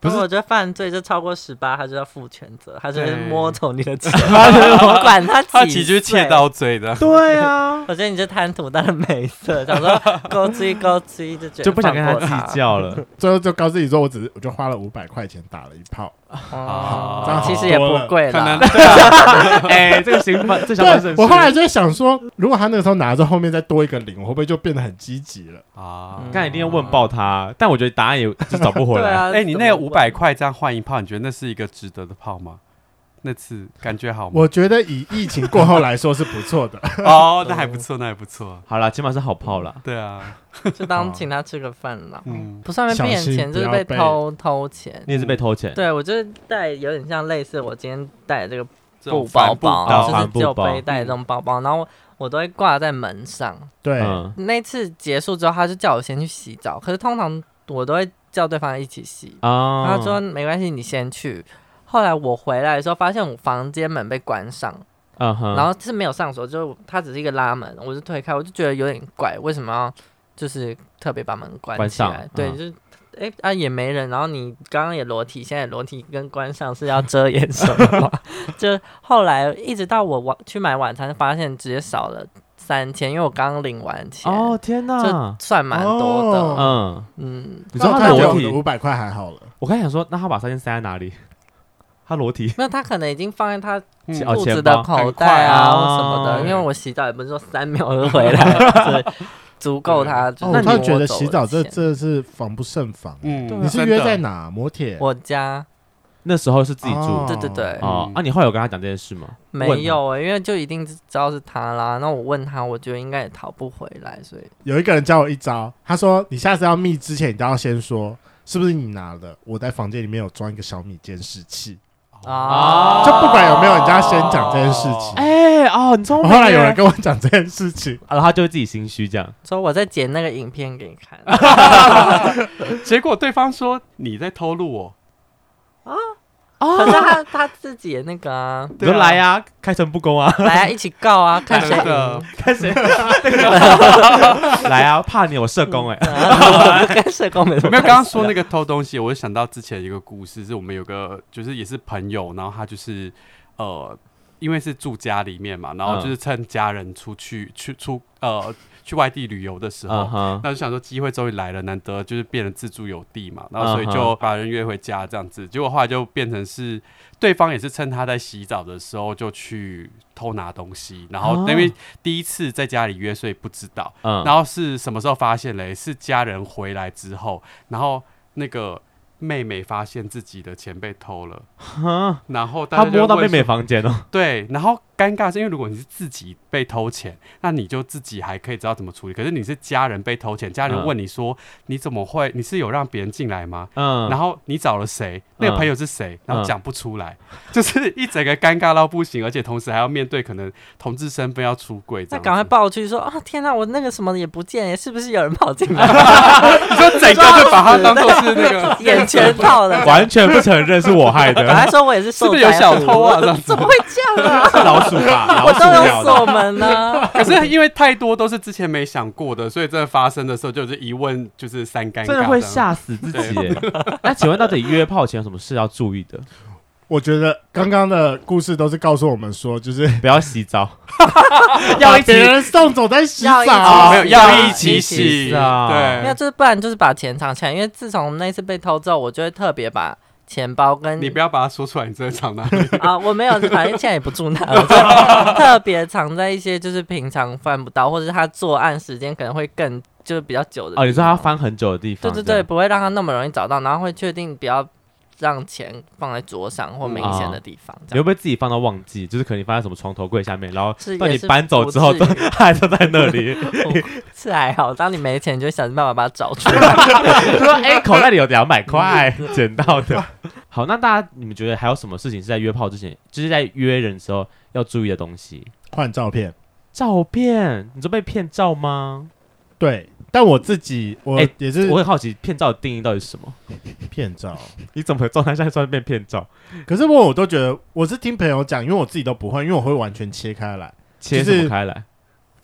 不是，我觉得犯罪就超过十八，他就要负全责，他就是摸走你的钱，不管他几岁， 他几句切刀嘴的。 对啊， 我觉得你就贪图他的美色，想说勾追勾追，就觉得就不想跟他计较了。 最后就告诉你说，我只是我就花了五百块钱打了一炮， 哦，这样其实也不贵可能啦。 对啊， 哎，这个刑法，这小本我后来就在想说，如果他那个时候拿着后面再多一个零，我会不会就变得很积极了啊？ 刚才一定要问爆他，但我觉得答案也就找不回来。 对啊， 哎，你那个五百块这样换一炮，你觉得那是一个值得的炮吗？那次感觉好吗？ 我觉得以疫情过后来说是不错的。 哦，那还不错，那还不错。 好啦，起码是好炮啦。 对啊， 就当请他吃个饭啦。 嗯， 不算被骗钱，就是被偷偷钱。 你也是被偷钱？ 对，我就是带有点像类似我今天带的这个布包包，就是就背带这种包包，然后我都会挂在门上。 对， 嗯、 那次结束之后，他就叫我先去洗澡，可是通常我都会叫对方一起洗。 啊， 他说没关系，你先去。后来我回来的时候，发现我房间门被关上， 嗯哼， 然后是没有上锁，就它只是一个拉门，我就推开，我就觉得有点怪，为什么要就是特别把门关起来？ 关对， 嗯、 就是哎啊也没人，然后你刚刚也裸体，现在裸体跟关上是要遮掩什么吗？就后来一直到我晚去买晚餐，发现直接少了三千，因为我刚刚领完钱。 哦天哪， 就算蛮多的。 哦、 嗯嗯， 你说他裸体五百块还好了。 我刚才想说，那他把三千塞在哪里？他裸体没有，他可能已经放在他嗯裤子的口袋啊哦什么的。因为我洗澡也不是说三秒就回来，所以足够他。 哦，我突然觉得洗澡这这是防不胜防。嗯，你是约在哪？摩铁？ 我家。 那时候是自己住。 哦、对对对。 哦，啊，你后来有跟他讲这件事吗？ 没有哎、欸，因为就一定知道是他啦。那我问他，我觉得应该也逃不回来，所以有一个人教我一招，他说你下次要密之前，你都要先说是不是你拿的。我在房间里面有装一个小米监视器。 啊， 就不管有没有，你就要先讲这件事情。 哎、欸，哦，你聪明。 后来有人跟我讲这件事情， 然后他就会自己心虚这样。 说我在剪那个影片给你看， 结果对方说你在偷录我啊。哦、可是他他自己也那个啊， 你说来呀、啊，开诚布公啊， 来啊，一起告啊，看谁赢， 看谁来啊，怕你我社工哎、 欸，跟社工没什么。 没有，刚刚说那个偷东西，我就想到之前一个故事，是我们有个就是也是朋友，然后他就是呃，因为是住家里面嘛，然后就是趁家人出去去出呃。去外地旅游的时候， uh-huh. 那就想说机会终于来了，难得就是变成自助有地嘛，然后所以就把人约回家这样子。Uh-huh. 结果后来就變成是對方也是趁他在洗澡的時候就去偷拿東西，然後因為第一次在家裡約，所以不知道。Uh-huh. 然後是什麼時候發現嘞？是家人回來之後，然後那個妹妹發現自己的錢被偷了， huh? 然後大家就他摸到妹妹房間哦。 對，然後尷尬是因為如果你是自己被偷錢，那你就自己還可以知道怎麼處理。可是你是家人被偷錢，家人問你說、嗯、你怎麼會？你是有讓別人進來嗎？嗯，然後你找了誰？那個朋友是誰？然後講不出來，嗯、就是一整個尷尬到不行，而且同時還要面對可能同志身份要出櫃。 那趕快報去說啊！天哪，我那個什麼也不見，是不是有人跑進來？ 你說整個就把他當作是那個眼全套的， 完全不承認是我害的。 我還說我也是受是不是有小偷啊？ 怎麼會這樣啊？ 是老鼠吧？ 我都有鎖門啊。 可是因為太多都是之前沒想過的，所以真的發生的時候就是一問就是三尷尬， 真的會嚇死自己耶。那請問到底約炮前有什麼事要注意的？ 我覺得剛剛的故事都是告訴我們說，就是不要洗澡， 要別人送走再洗澡， 哦、沒有要一起洗。對， 沒有就是不然就是把錢藏起來，因為自從那次被偷之後，我就會特別把錢包跟你不要把它說出來，你真的藏哪裡啊？我沒有，反正現在也不住那，我就特別藏在一些就是平常翻不到，或者是他作案時間可能會更就是比較久的地方。 哦，你說他翻很久的地方？ 對對對，不會讓他那麼容易找到，然後會確定不要讓錢放在桌上或明顯的地方。 嗯、你會不會自己放到忘記？就是可能你放在什麼床頭櫃下面，然後當你是搬走之後，都還都在那裡。 是還好，當你沒錢，你就想辦法把它找出來。 說哎、欸，口袋裡有兩百塊撿到的。好，那大家你們覺得還有什麼事情是在約炮之前，就是在約人的時候要注意的東西？ 換照片。 照片？你說被騙照嗎？ 對。但我自己，我也是，欸、 我很好奇，騙照的定義到底是什麼？ 騙照， 你怎麼狀態下算變騙照？ 可是我我都覺得，我是聽朋友講，因為我自己都不會，因為我會完全切開來， 切什麼開來？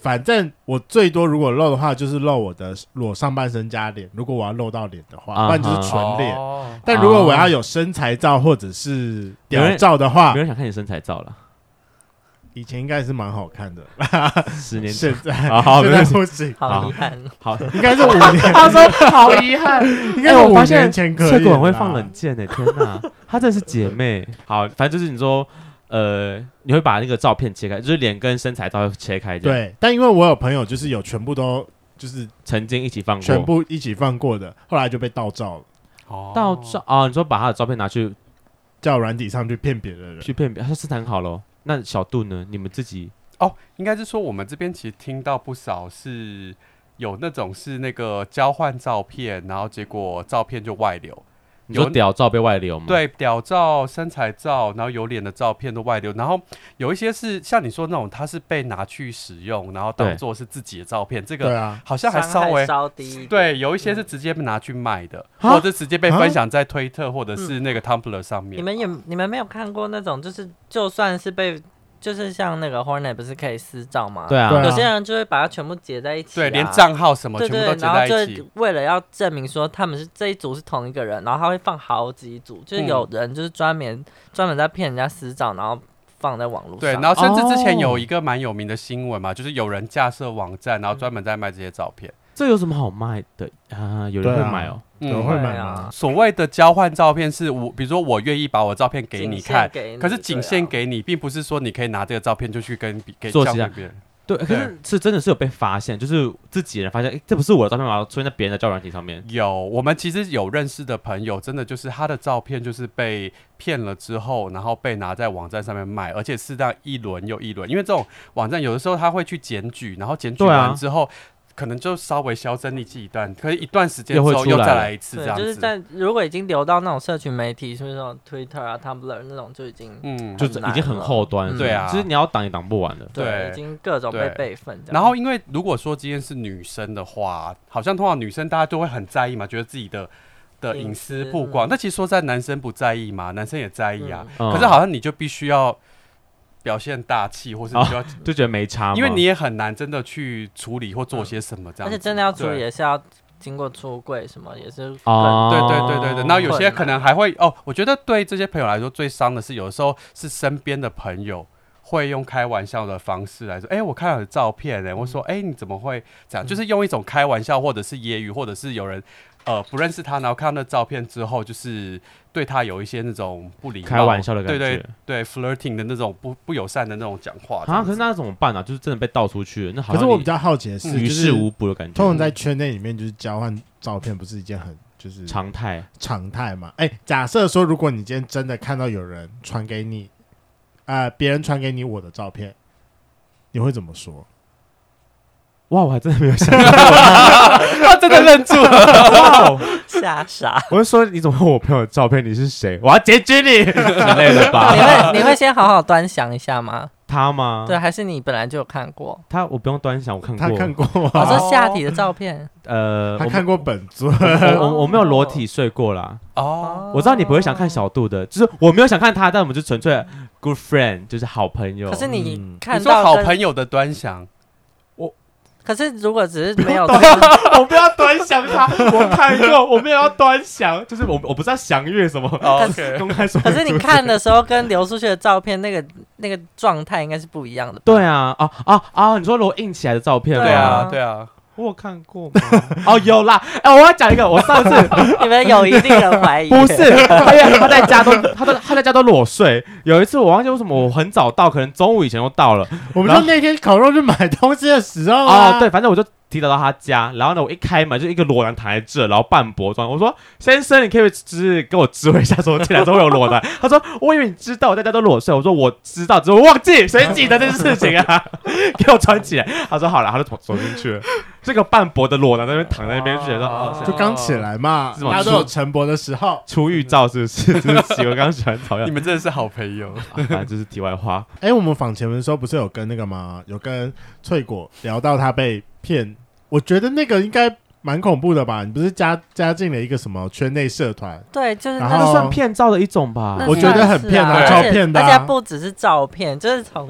反正我最多如果露的话，就是露我的裸上半身加脸。如果我要露到脸的话， uh-huh. 不然就是纯脸。Oh. 但如果我要有身材照或者是屌照的话， 没人想看你身材照了。 以前应该是蛮好看的， 十年前现在好， 现在不行， 好遗憾。 好， 应该是五年。 他说好遗憾， 应该是五年前可以。 翠果很会放冷箭诶，天哪，她真的是姐妹。好，反正就是你说，呃，你会把那个照片切开，就是脸跟身材照切开。 对，但因为我有朋友就是有全部都就是曾经一起放过， 全部一起放过的，后来就被盗照了。 哦，盗照啊！你说把他的照片拿去叫软体上去骗别的人， 去骗别人，他是谈好了。那小杜呢？你们自己哦，应该是说我们这边其实听到不少是有那种是那个交换照片，然后结果照片就外流。 你说屌照被外流吗？ 对，屌照、身材照，然后有脸的照片都外流，然后有一些是像你说那种，它是被拿去使用，然后当做是自己的照片，这个好像还稍微稍低。 对，有一些是直接拿去卖的，或者直接被分享在推特或者是那个 Tumblr 上面。 你们也你们没有看过那种，就是就算是被。就是像那个 Hornet 不是可以私照吗？ 对啊， 有些人就会把它全部结在一起、啊， 对，连账号什么全部都结在一起。 然后就为了要证明说他们是这一组是同一个人，然后他会放好几组，就是有人就是专门专门在骗人家私照，然后放在网络上。 对，然后甚至之前有一个蛮有名的新闻嘛，哦、就是有人架设网站，然后专门在卖这些照片。 这有什么好卖的啊？有人会买哦。 有会买啊！ 所谓的交换照片是我，比如说我愿意把我的照片给你看， 你可是仅限给你，并不是说你可以拿这个照片就去跟给做交给别人。 对，可是是真的是有被发现，就是自己人发现，哎，这不是我的照片吗？出现在别人的交友软体上面。 有，我们其实有认识的朋友，真的就是他的照片就是被骗了之后，然后被拿在网站上面卖，而且是这样一轮又一轮，因为这种网站有的时候他会去检举，然后检举完之后。可能就稍微销声匿迹一段，可是一段时间之后又再来一次这样子。 就是在如果已经流到那种社群媒体，是不是那种 Twitter 啊、Tumblr 那种就已经嗯， 就已经很后端， 嗯、对啊， 就是你要挡也挡不完的。 对，已经各种被备份。 然后因为如果说今天是女生的话，好像通常女生大家都会很在意嘛，觉得自己的的隐私曝光。但、嗯、其实说在男生不在意嘛，男生也在意啊。嗯、可是好像你就必须要。表现大气，或是你就要、哦、 就觉得没差， 因为你也很难真的去处理或做些什么这样子， 而且真的要处理也是要经过出柜什么，也是哦，对对对对对。然后有些可能还会哦，我觉得对这些朋友来说最伤的是，有的时候是身边的朋友会用开玩笑的方式来说，哎、欸，我看到你的照片、欸，哎，我说，哎、欸，你怎么会这样？嗯、就是用一种开玩笑，或者是揶揄，或者是有人。呃，不认识他，然后看到那照片之后，就是对他有一些那种不礼貌、 开玩笑的感觉， 对对对 ，flirting 的那种不不友善的那种讲话。 啊，可是那怎么办啊？就是真的被盗出去了，那好像可是我比较好奇的是， 于事无补的感觉。 通常在圈内里面，就是交换照片，不是一件很就是常态常态嘛？哎、欸，假设说，如果你今天真的看到有人传给你，呃，别人传给你我的照片，你会怎么说？ 哇，我还真的没有想到， 他真的愣住了， 哇， 吓傻！ 我就说你怎么问我朋友的照片？你是谁？我要检举你之类的吧？ 你会你会先好好端详一下吗？ 他吗？ 对，还是你本来就有看过他？我不用端详，我看过， 他看过、啊。 我说下体的照片， 呃， 他看过本尊， 我我我没有裸体睡过啦。哦，我知道你不会想看小度的，就是我没有想看他，但我们就纯粹 good friend， 就是好朋友。 可是你看到、嗯、 你说好朋友的端详。 可是如果只是没有， 我不要端详他，我看过，我没有要端详，就是我我不是要详阅什么， 哦、okay 公开说。 可是你看的时候跟流出去的照片，那个那个状态应该是不一样的吧？ 对啊，啊啊啊！你说如果印起来的照片， 对啊，对啊。 我有看过吗？哦，有啦！哎、欸，我要讲一个，我上次你们有一定人怀疑， 不是，哎呀，他在家都，他在他在家都裸睡。有一次我忘记为什么我很早到，可能中午以前就到了。 我们就那天烤肉去买东西的时候啊， 哦，对，反正我就提早到他家，然后呢，我一开门就一个裸男躺在这，然后半裸装。我说：“先生，你可以就是跟我知会一下，说进来之后会有裸男。”他说：“我以为你知道我在家都裸睡。”我说：“我知道，只是我忘记，谁记得这件事情啊？”给我穿起来。他说：“好了。”他就走进去了。这个半裸的裸男在那边躺在那边，觉得哦， 就刚起来嘛，大家都有晨勃的时候， 出浴照是不是？对不起，我刚喜欢讨厌。 你们真的是好朋友。 反正这是题外话。 哎、欸，我们访前的时候不是有跟那个吗？有跟翠果聊到他被骗，我觉得那个应该蛮恐怖的吧？你不是加加进了一个什么圈内社团？ 对，就是那个算骗照的一种吧？ 我觉得很骗啊，超骗的、啊， 而且不只是照片，就是从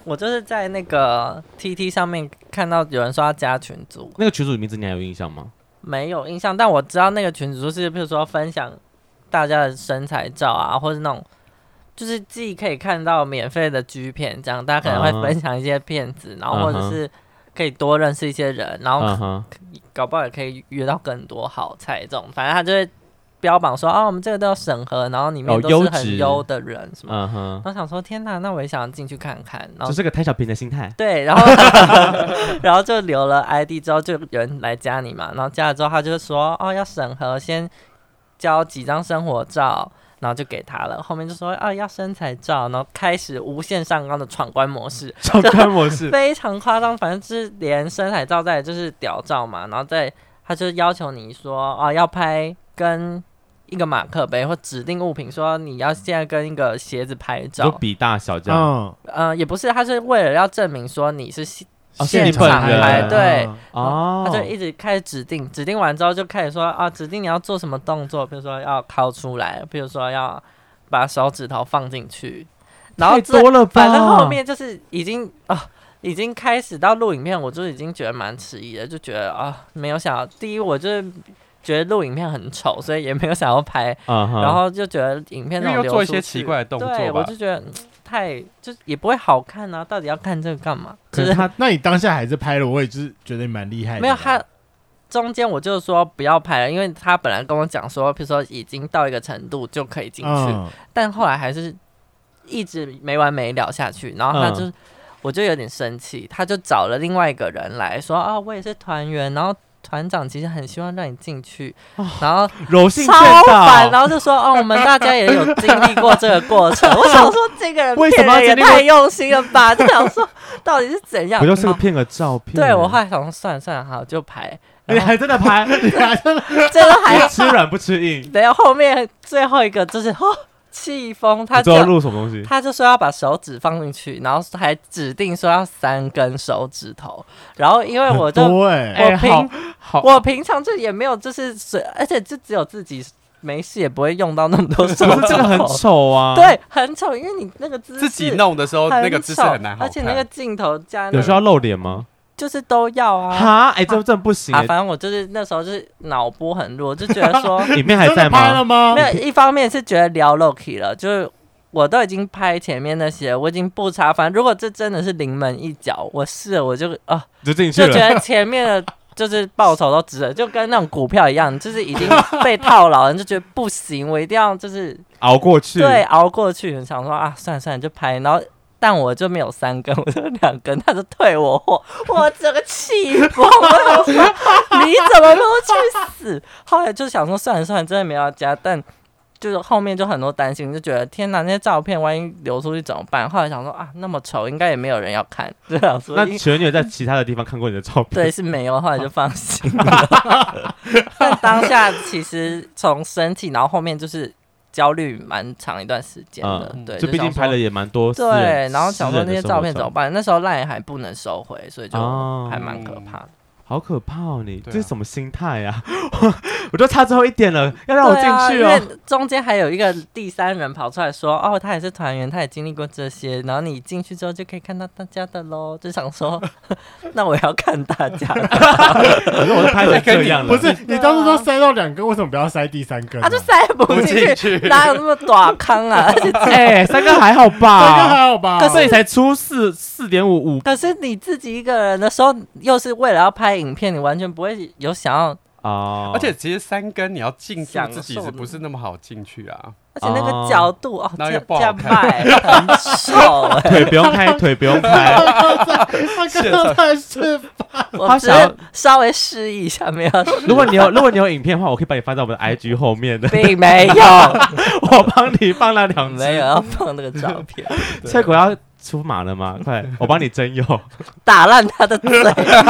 我就是在那个 T T 上面看到有人说要加群组， 那个群组名字你还有印象吗？ 没有印象，但我知道那个群组就是，譬如说分享大家的身材照啊，或是那种，就是既可以看到免费的 G 片，这样大家可能会分享一些片子，然后或者是可以多认识一些人，然后搞不好也可以约到更多好菜这种，反正他就会标榜说啊，我们这个都要审核，然后里面都是很优的人什么。嗯、我想说，天哪，那我也想进去看看。然后这是个贪小便宜的心态。 对，然后然后就留了 I D 之后，就有人来加你嘛，然后加了之后，他就说哦，要审核，先交几张生活照，然后就给他了。后面就说啊，要身材照，然后开始无限上纲的闯关模式。 闯关模式非常夸张，反正就是连身材照再就是屌照嘛，然后再他就要求你说哦，要拍跟一个马克杯或指定物品，说你要现在跟一个鞋子拍照， 就比大小这样。嗯， 呃，也不是，他是为了要证明说你是现场拍，对，哦，他就一直开始指定，指定完之后就开始说啊，指定你要做什么动作，比如说要靠出来，比如说要把手指头放进去，然后太多了吧？ 反正后面就是已经啊。已经开始到录影片，我就已经觉得蛮迟疑的，就觉得啊，没有想要。第一，我就是觉得录影片很丑，所以也没有想要拍。Uh-huh. 然后就觉得影片那种流出去， 做一些奇怪的动作吧。 对，我就觉得、嗯、太就也不会好看啊，到底要看这个干嘛？ 可是他，那你当下还是拍了，我也就是觉得蛮厉害的。 没有他中间我就说不要拍了，因为他本来跟我讲说，比如说已经到一个程度就可以进去，嗯、但后来还是一直没完没了下去，然后他就。嗯我就有点生气，他就找了另外一个人来说啊，我也是团员，然后团长其实很希望让你进去，哦、然后柔性超烦，然后就说哦，我们大家也有经历过这个过程。我想说这个人骗人也太用心了吧，就想说到底是怎样？ 不就是个骗个照片？ 对，我后来想说算了算了，好就拍。 你还真的拍？你还真的真的还吃软不吃硬？ 等下后面最后一个就是哦。气疯，他就录什么东西？ 他就说要把手指放进去，然后还指定说要三根手指头。然后因为我就、 欸、 我平、欸、我平常就也没有就是水，而且就只有自己没事也不会用到那么多手指头。 这个很丑啊， 对，很丑，因为你那个姿势自己弄的时候那个姿势很难好看， 而且那个镜头加有需要露脸吗？ 就是都要啊！ 哈，哎、欸，这这不行、欸啊！反正我就是那时候就是脑波很弱，就觉得说影片还在吗？ 吗没有，一方面是觉得聊 Loki 了，就是我都已经拍前面那些，我已经不差。反正如果这真的是临门一脚，我试了我就啊， 就进去了， 就觉得前面的就是报酬都值了，就跟那种股票一样，就是已经被套牢了，就觉得不行，我一定要就是熬过去， 对，熬过去。想说啊，算了算了，就拍，然后。但我就没有三根，我就两根，他就退我货，我整个气疯！我想说你怎么能去死？后来就想说算了算了，真的没有加，但就是后面就很多担心，就觉得天哪，那些照片万一流出去怎么办？后来想说啊，那么丑，应该也没有人要看，就想说。 那请问你有在其他的地方看过你的照片？ 对，是没有，后来就放心了。但当下其实从生气，然后后面就是。焦虑蛮长一段时间的，嗯、对， 就毕竟拍了也蛮多， 对，然后想说那些照片怎么办？那时候LINE还不能收回，所以就还蛮可怕的。 哦好可怕哦你！你、啊、这是什么心态啊？我就差最后一点了，要让我进去哦。 啊、因为中间还有一个第三人跑出来说：“哦，他也是团员，他也经历过这些。”然后你进去之后就可以看到大家的喽。就想说，那我要看大家的。 可是我拍成这样了， 不是你当时说塞到两根，为什么不要塞第三根？ 他、啊、就塞不进去，哪有那么短坑啊？ 哎、欸，三根还好吧？ 三根还好吧？ 可是你才出四四点五五。 可是你自己一个人的时候，又是为了要拍。影片你完全不会有想要啊， oh. 而且其实三根你要进去自己是不是那么好进去啊？ 而且那个角度哦， 那又不好看，很丑哎、 欸，腿不用开，腿不用开， 他刚刚才示范， 我只是稍微示意一下，没有。 如果你有如果你有影片的话，我可以把你放在我们的 I G 后面的， 并没有， 我帮你放了两支， 没有要放那个照片。 翠果要出马了吗？快，我帮你征友， 打烂他的嘴。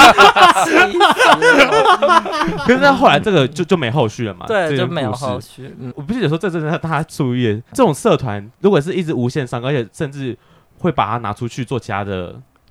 可是那后来这个就就没后续了嘛？ 对，就没有后续。 嗯，我不是有时候这真的大家注意，这种社团如果是一直无限上，而且甚至会把它拿出去做其他的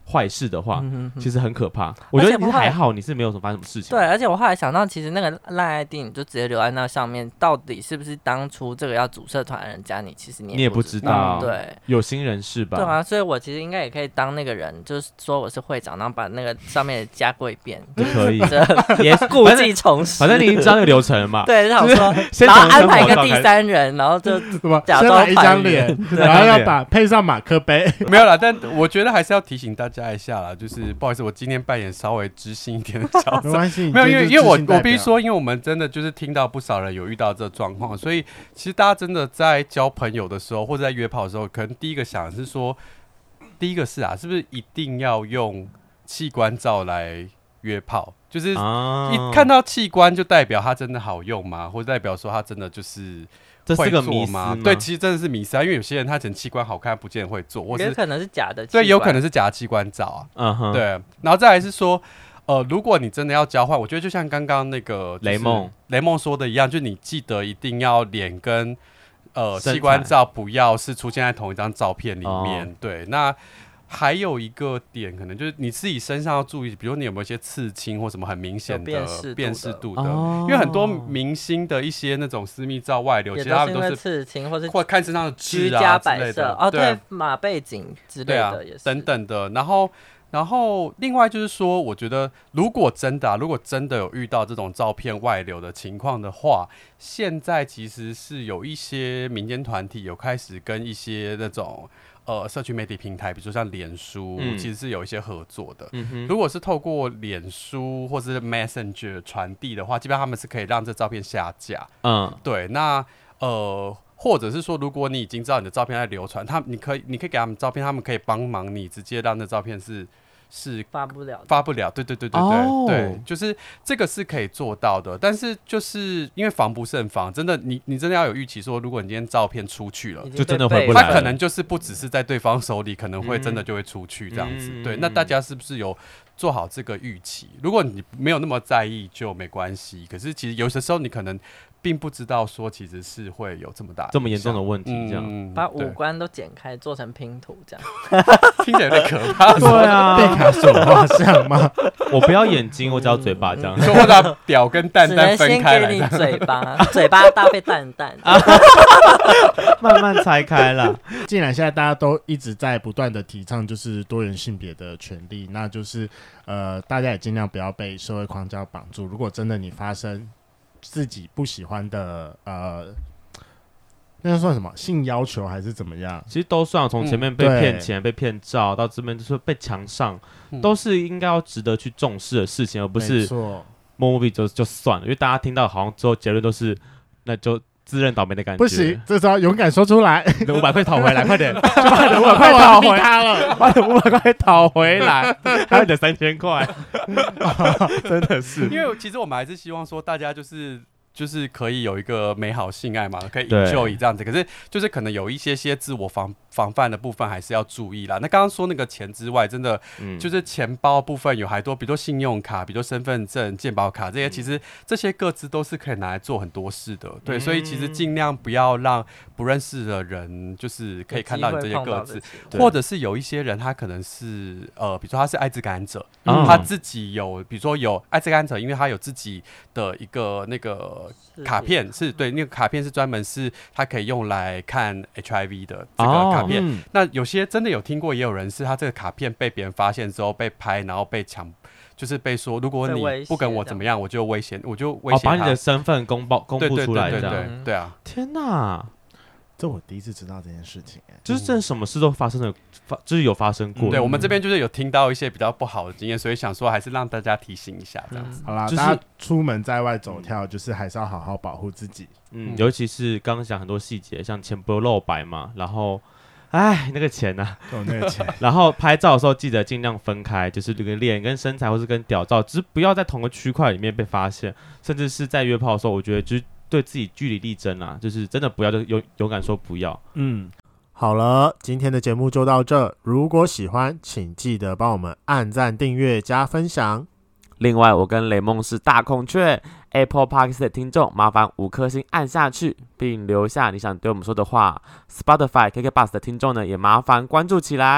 坏事的话， 嗯、 其实很可怕。我觉得你还好，你是没有什么发生什么事情。 对，而且我后来想到，其实那个LINE I D 你就直接留在那上面，到底是不是当初这个要组社团的人加你，其实你也不知道。 对， 有心人士吧？ 对啊，所以我其实应该也可以当那个人，就是说我是会长，然后把那个上面加过一遍， 就可以， 也故技重施。 反正你已经知道那个流程了嘛。 对，然后说，然后安排一个第三人，然后就假装一张脸，然后要把配上马克杯。 没有啦，但我觉得还是要提醒大家一下啦，就是不好意思，我今天扮演稍微知性一点的角色， 没关系， 没有，因为因为我我必须说，因为我们真的就是听到不少人有遇到这状况，所以其实大家真的在交朋友的时候，或者在约炮的时候，可能第一个想的是说，第一个是啊，是不是一定要用器官照来约炮？就是一看到器官就代表它真的好用吗？或者代表说它真的就是这是个迷思吗？ 对，其实真的是迷思啊，因为有些人他整器官好看，不见得会做，或是也可能是假的器官， 对，有可能是假的器官照啊。 嗯哼， 对，然后再来是说，呃，如果你真的要交换，我觉得就像刚刚那个、就是、 雷梦雷梦说的一样，就你记得一定要脸跟呃器官照不要是出现在同一张照片里面。哦、对，那。还有一个点，可能就是你自己身上要注意，比如你有没有一些刺青或什么很明显的辨识度的， 哦、 因为很多明星的一些那种私密照外流，其实他们都是刺青或是或看身上的痣啊之类的， 哦，对，马背景之类的也是、 啊、等等的。然后，然后另外就是说，我觉得如果真的、啊，如果真的有遇到这种照片外流的情况的话，现在其实是有一些民间团体有开始跟一些那种。呃，社区媒体平台，比如说像脸书、嗯，其实是有一些合作的。嗯、如果是透过脸书或者是 Messenger 传递的话，基本上他们是可以让这照片下架。嗯，对。那呃，或者是说，如果你已经知道你的照片在流传，他你可以你可以给他们照片，他们可以帮忙你直接让那照片是。是发不了， 发不了，对对对对对、oh. 对，就是这个是可以做到的，但是就是因为防不胜防，真的你你真的要有预期说，如果你今天照片出去了， 就真的回不来了， 他可能就是不只是在对方手里，可能会真的就会出去这样子。嗯、对，那大家是不是有做好这个预期？如果你没有那么在意就没关系，可是其实有的时候你可能。并不知道说其实是会有这么大这么严重的问题，这样、 嗯、 把五官都剪开做成拼图，这样听起来有点可怕。 对啊， 贝卡索画像吗？ 我不要眼睛，我只要嘴巴这样。 说我把屌跟蛋蛋分开来， 只能先给你嘴巴，嘴巴搭配蛋蛋， 慢慢拆开啦。 既然现在大家都一直在不断的提倡就是多元性别的权利，那就是呃，大家也尽量不要被社会框架绑住。如果真的你发生自己不喜欢的呃，那算什么性要求还是怎么样？ 其实都算，从前面被骗钱、嗯、被骗照，到这边就是被强上、嗯，都是应该要值得去重视的事情，而不是摸摸鼻就就算了。因为大家听到好像之后结论都是，那就自认倒霉的感觉。 不行，这时候勇敢说出来， 你的五百块讨回来，快点，就把你的五百块讨回来了，把你的五百块讨回来，还有你的三千块，真的是。 因为其实我们还是希望说，大家就是就是可以有一个美好性爱嘛，可以 enjoy 这样子。可是就是可能有一些些自我防防范的部分还是要注意啦。那刚刚说那个钱之外，真的、嗯、就是钱包部分有还多，比如说信用卡，比如说身份证、健保卡这些，其实这些个资都是可以拿来做很多事的。对，嗯、所以其实尽量不要让不认识的人就是可以看到你这些个资，或者是有一些人他可能是呃，比如说他是艾滋感染者、嗯，他自己有，比如说有艾滋感染者，因为他有自己的一个那个卡片，是对那个卡片是专门是他可以用来看 H I V 的这个卡片。哦嗯、那有些真的有听过，也有人是他这个卡片被别人发现之后被拍，然后被抢。就是被说，如果你不跟我怎么样，我就威胁，我就威胁他、 哦，把你的身份公报公布出来，这样， 对对对对，对啊！ 天哪， 这我第一次知道这件事情、欸， 就是真的什么事都发生了，发就是有发生过、 嗯。对，我们这边就是有听到一些比较不好的经验，所以想说还是让大家提醒一下，这样子。 嗯、好啦，就是大家出门在外走跳，就是还是要好好保护自己。 嗯，尤其是刚刚讲很多细节，像钱不露白嘛，然后。哎，那个钱呢、啊？ 有那个钱。 然后拍照的时候记得尽量分开，就是这个脸跟身材，或是跟屌照，只是不要在同个区块里面被发现。甚至是在约炮的时候，我觉得就是对自己据理力争啊，就是真的不要就勇勇敢说不要。 嗯，好了，今天的节目就到这。如果喜欢，请记得帮我们按赞、订阅、加分享。 另外，我跟雷梦是大孔雀 Apple Podcast 的听众，麻烦五颗星按下去，并留下你想对我们说的话。Spotify、K K Bus 的听众呢，也麻烦关注起来。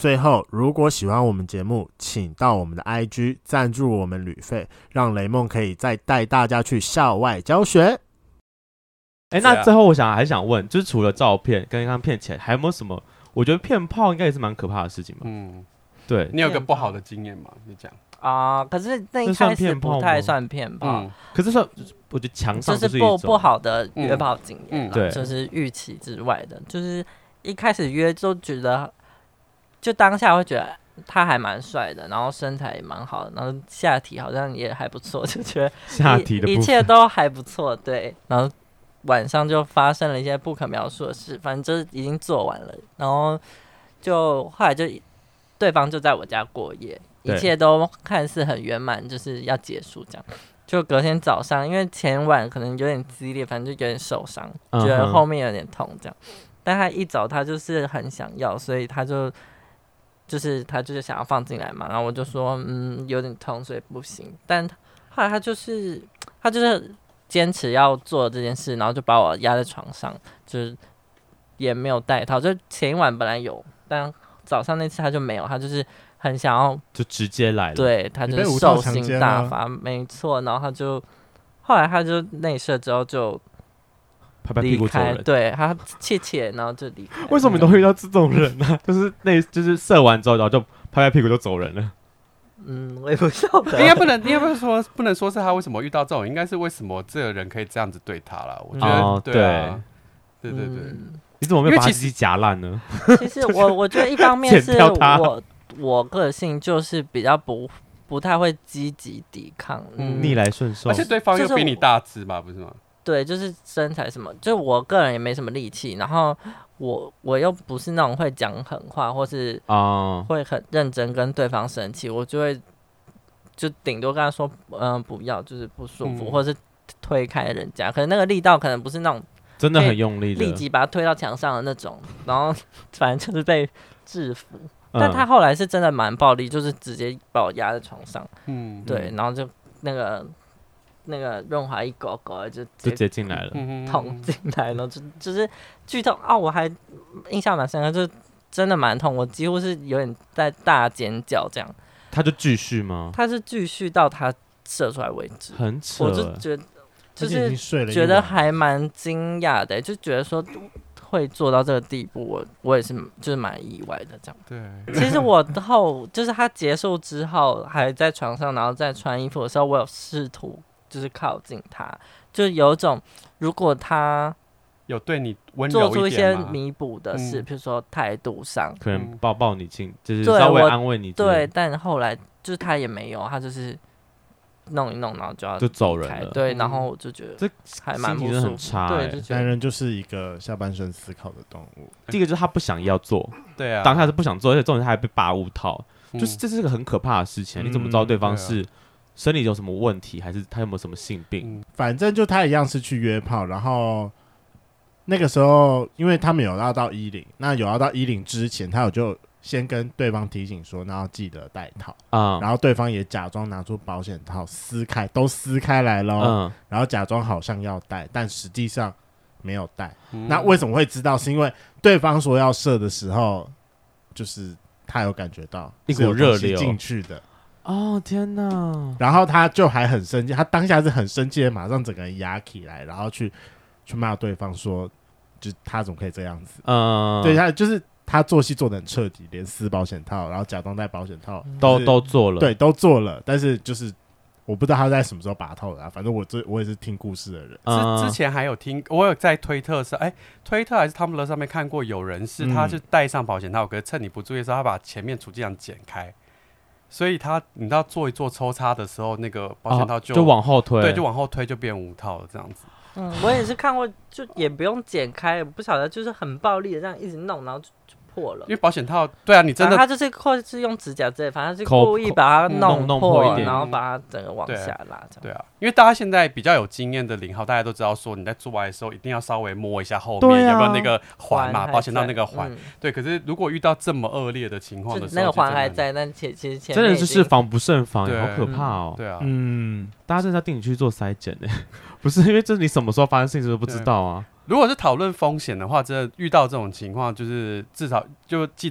最后，如果喜欢我们节目，请到我们的 I G 赞助我们旅费，让雷梦可以再带大家去校外教学。 哎、欸，那最后我想还想问，就是除了照片跟刚刚骗钱，还有没有什么？我觉得骗炮应该也是蛮可怕的事情嘛。嗯，对。 你有个不好的经验吗？你讲啊、呃，可是那一开始不太算骗炮， 嗯、可是算我觉得墙上就是不不好的约炮经验、 嗯，对， 就是预期之外的，就是一开始约就觉得，就当下会觉得他还蛮帅的，然后身材也蛮好的，然后下体好像也还不错，就觉得下体的一切都还不错，对，然后。晚上就发生了一些不可描述的事，反正就是已经做完了，然后就后来就对方就在我家过夜，一切都看似很圆满，就是要结束这样。就隔天早上，因为前晚可能有点激烈，反正就有点受伤，觉得后面有点痛这样。但他一早他就是很想要，所以他就就是他就是想要放进来嘛，然后我就说嗯有点痛，所以不行。但后来他就是他就是。坚持要做这件事，然后就把我压在床上，就是也没有戴套。就前一晚本来有，但早上那次他就没有，他就是很想要， 就直接来了。 对，他就是兽性大发，没错。然后他就后来他就内射之后就拍拍屁股走人， 对他切切，然后就离开。 为什么你都遇到这种人呢、啊？就是那，就是射完之后，然后就拍拍屁股就走人了。 嗯，我也不晓得， 应该不能，应该不是说不能说是他为什么遇到这种，应该是为什么这个人可以这样子对他啦。我觉得， 哦、 对啊，对对对、 嗯， 你怎么没有把自己夹烂呢？ 其实我我觉得一方面是我我个性就是比较不不太会积极抵抗，嗯， 逆来顺受， 而且对方又比你大只吧，不是吗？ 对，就是身材什么，就我个人也没什么力气，然后我我又不是那种会讲狠话，或是会很认真跟对方生气，我就会就顶多跟他说，嗯、呃，不要，就是不舒服，嗯、或者是推开人家，可能那个力道可能不是那种真的很用力的， 立即把他推到墙上的那种，然后反正就是被制服。嗯、但他后来是真的蛮暴力，就是直接把我压在床上，嗯，对，然后就那个。那个润滑一勾勾就直接进来了， 捅进来了，就就是剧痛啊！我还印象蛮深刻，就真的蛮痛，我几乎是有点在大尖叫这样。 他就继续吗？ 他是继续到他射出来为止， 很扯。 我就觉得就是觉得还蛮惊讶的，就觉得说会做到这个地步，我我也是就是蛮意外的这样。 对， 其实我后就是他结束之后，还在床上，然后再穿衣服的时候，我有试图。就是靠近他，就有种如果他有对你温柔做出一些弥补的事，比、嗯、如说态度上， 可能抱抱你亲，就是稍微安慰你。 对，但后来就是他也没有，他就是弄一弄，然后就要就走人了。 对，然后我就觉得这还蛮不舒服。 很差、 欸， 对，男人就是一个下半身思考的动物。 第一个就是他不想要做， 对啊， 当下是不想做，而且重点他还被拔无套，嗯、就是这是个很可怕的事情。嗯、你怎么知道对方是？生理有什么问题，还是他有没有什么性病？ 嗯、反正就他一样是去约炮，然后那个时候，因为他们有要到一零，那有要到一零之前，他有就先跟对方提醒说，然后记得戴套啊、嗯，然后对方也假装拿出保险套撕开，都撕开来了、嗯，然后假装好像要戴，但实际上没有戴、嗯。那为什么会知道？是因为对方说要射的时候，就是他有感觉到一股热流进去的。 哦天哪！ 然后他就还很生气，他当下是很生气的，马上整个人压起来，然后去去骂对方说，就他怎么可以这样子？嗯，对，他就是他做戏做得很彻底，连撕保险套，然后假装戴保险套， 都都做了， 对，都做了。但是就是我不知道他在什么时候拔套的、啊，反正我这我也是听故事的人。 嗯、之之前还有听，我有在推特上，哎，推特还是 Tumblr 上面看过有人是他是戴上保险套，可是趁你不注意的时候，他把前面储气囊剪开。所以他，你知道做一做抽插的时候，那个保险套就、 哦、就往后推， 对，就往后推就变无套了这样子。 嗯，我也是看过，就也不用剪开，我不晓得，就是很暴力的这样一直弄，然后就就破了。 因为保险套，对啊，你真的， 他就是或是用指甲之类，反正是故意把它弄破， 弄破一点， 然后把它整个往下拉这样。 对啊，因为大家现在比较有经验的零号，大家都知道说你在做爱的时候一定要稍微摸一下后面、啊、有没有那个环嘛，保险套那个环、嗯。对，可是如果遇到这么恶劣的情况的时候， 那个环还在，但其实前真的就是防不胜防，好可怕哦。 对啊， 嗯，大家真的要定你去做筛检呢，不是因为这你什么时候发生事情都不知道啊。 如果是讨论风险的话，真的遇到这种情况，就是至少就记得要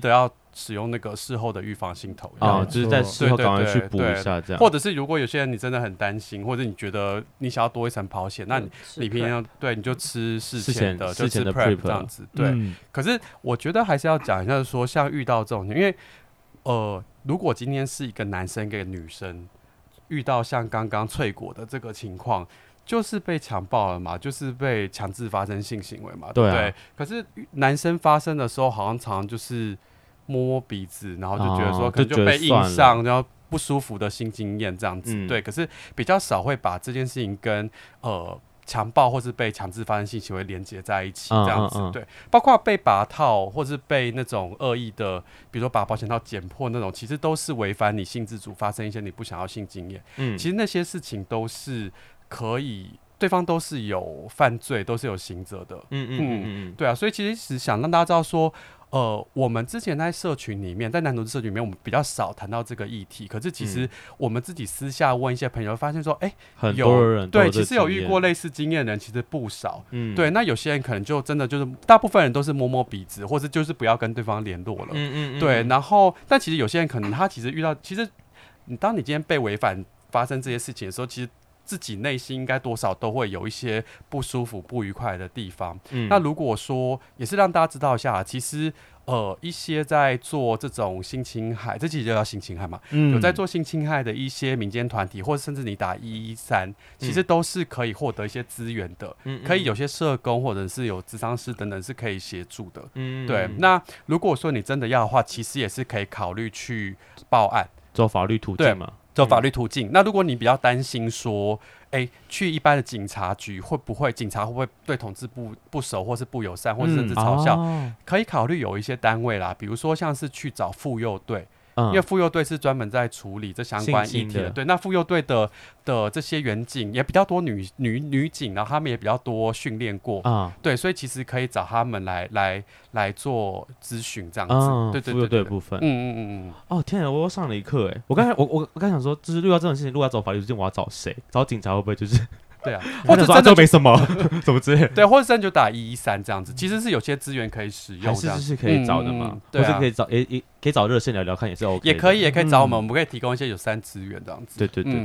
使用那个事后的预防性投药，哦，就是在事后赶快去补一下这样。 或者是如果有些人你真的很担心，或者你觉得你想要多一层保险，那你你平常对你就吃事前的，就吃 prep 这样子。对、嗯，可是我觉得还是要讲一下说，像遇到这种，因为呃，如果今天是一个男生跟一个女生遇到像刚刚翠果的这个情况。就是被强暴了嘛，就是被强制发生性行为嘛，对不对？啊、可是男生发生的时候，好像常常就是摸摸鼻子，然后就觉得说可能就被硬上，然后不舒服的性经验这样子、嗯，对。可是比较少会把这件事情跟呃强暴或是被强制发生性行为连接在一起，这样子，嗯嗯嗯对。包括被拔套或是被那种恶意的，比如说把保险套剪破那种，其实都是违反你性自主，发生一些你不想要性经验。嗯，其实那些事情都是。可以，对方都是有犯罪，都是有刑责的。嗯嗯嗯嗯，对啊，所以其实想让大家知道说，呃，我们之前在社群里面，在男同志社群里面，我们比较少谈到这个议题。可是其实我们自己私下问一些朋友，发现说，哎、欸， 很多人有对，其实有遇过类似经验的人，其实不少。嗯，对，那有些人可能就真的就是，大部分人都是摸摸鼻子，或是就是不要跟对方联络了。嗯嗯嗯，对，然后，但其实有些人可能他其实遇到，其实你当你今天被违反发生这些事情的时候，其实。自己内心应该多少都会有一些不舒服、不愉快的地方。嗯，那如果说也是让大家知道一下，其实呃一些在做这种性侵害，这其实就叫性侵害嘛、嗯，有在做性侵害的一些民间团体，或者甚至你打一一三，其实都是可以获得一些资源的、嗯，可以有些社工或者是有諮商師等等是可以協助的。嗯，对。那如果說你真的要的話，其實也是可以考慮去報案， 走法律途徑嘛。 走法律途徑、嗯，那如果你比較擔心說，哎、欸，去一般的警察局會不會警察會不會對同志不不熟，或是不友善，或是甚至嘲笑、嗯哦？可以考慮有一些單位啦，比如說像是去找婦幼隊。嗯、因為婦幼隊是專門在處理這相關議題的，的對。那婦幼隊的的這些員警也比較多女女女警，然後他們也比較多訓練過，啊、嗯，對，所以其實可以找他們來來來做諮詢這樣子。嗯、對對對對， 婦幼隊的部分，嗯嗯嗯嗯。哦天啊，我又上了一課哎！我剛才我我我剛想說，就是遇到這種事情，如果要走法律途徑，我要找誰？找警察會不會就是？ 对啊，或者真的沒什麼，什麼之類的。 對，或者真的就打一一三這樣子，其實是有些資源可以使用， 還是是可以找的嘛？嗯、 對、啊， 或者可以找，也也可以找熱線聊聊看，也是 OK。 也可以，也可以找我們，嗯、我們可以提供一些友善資源這樣子。 對對對。嗯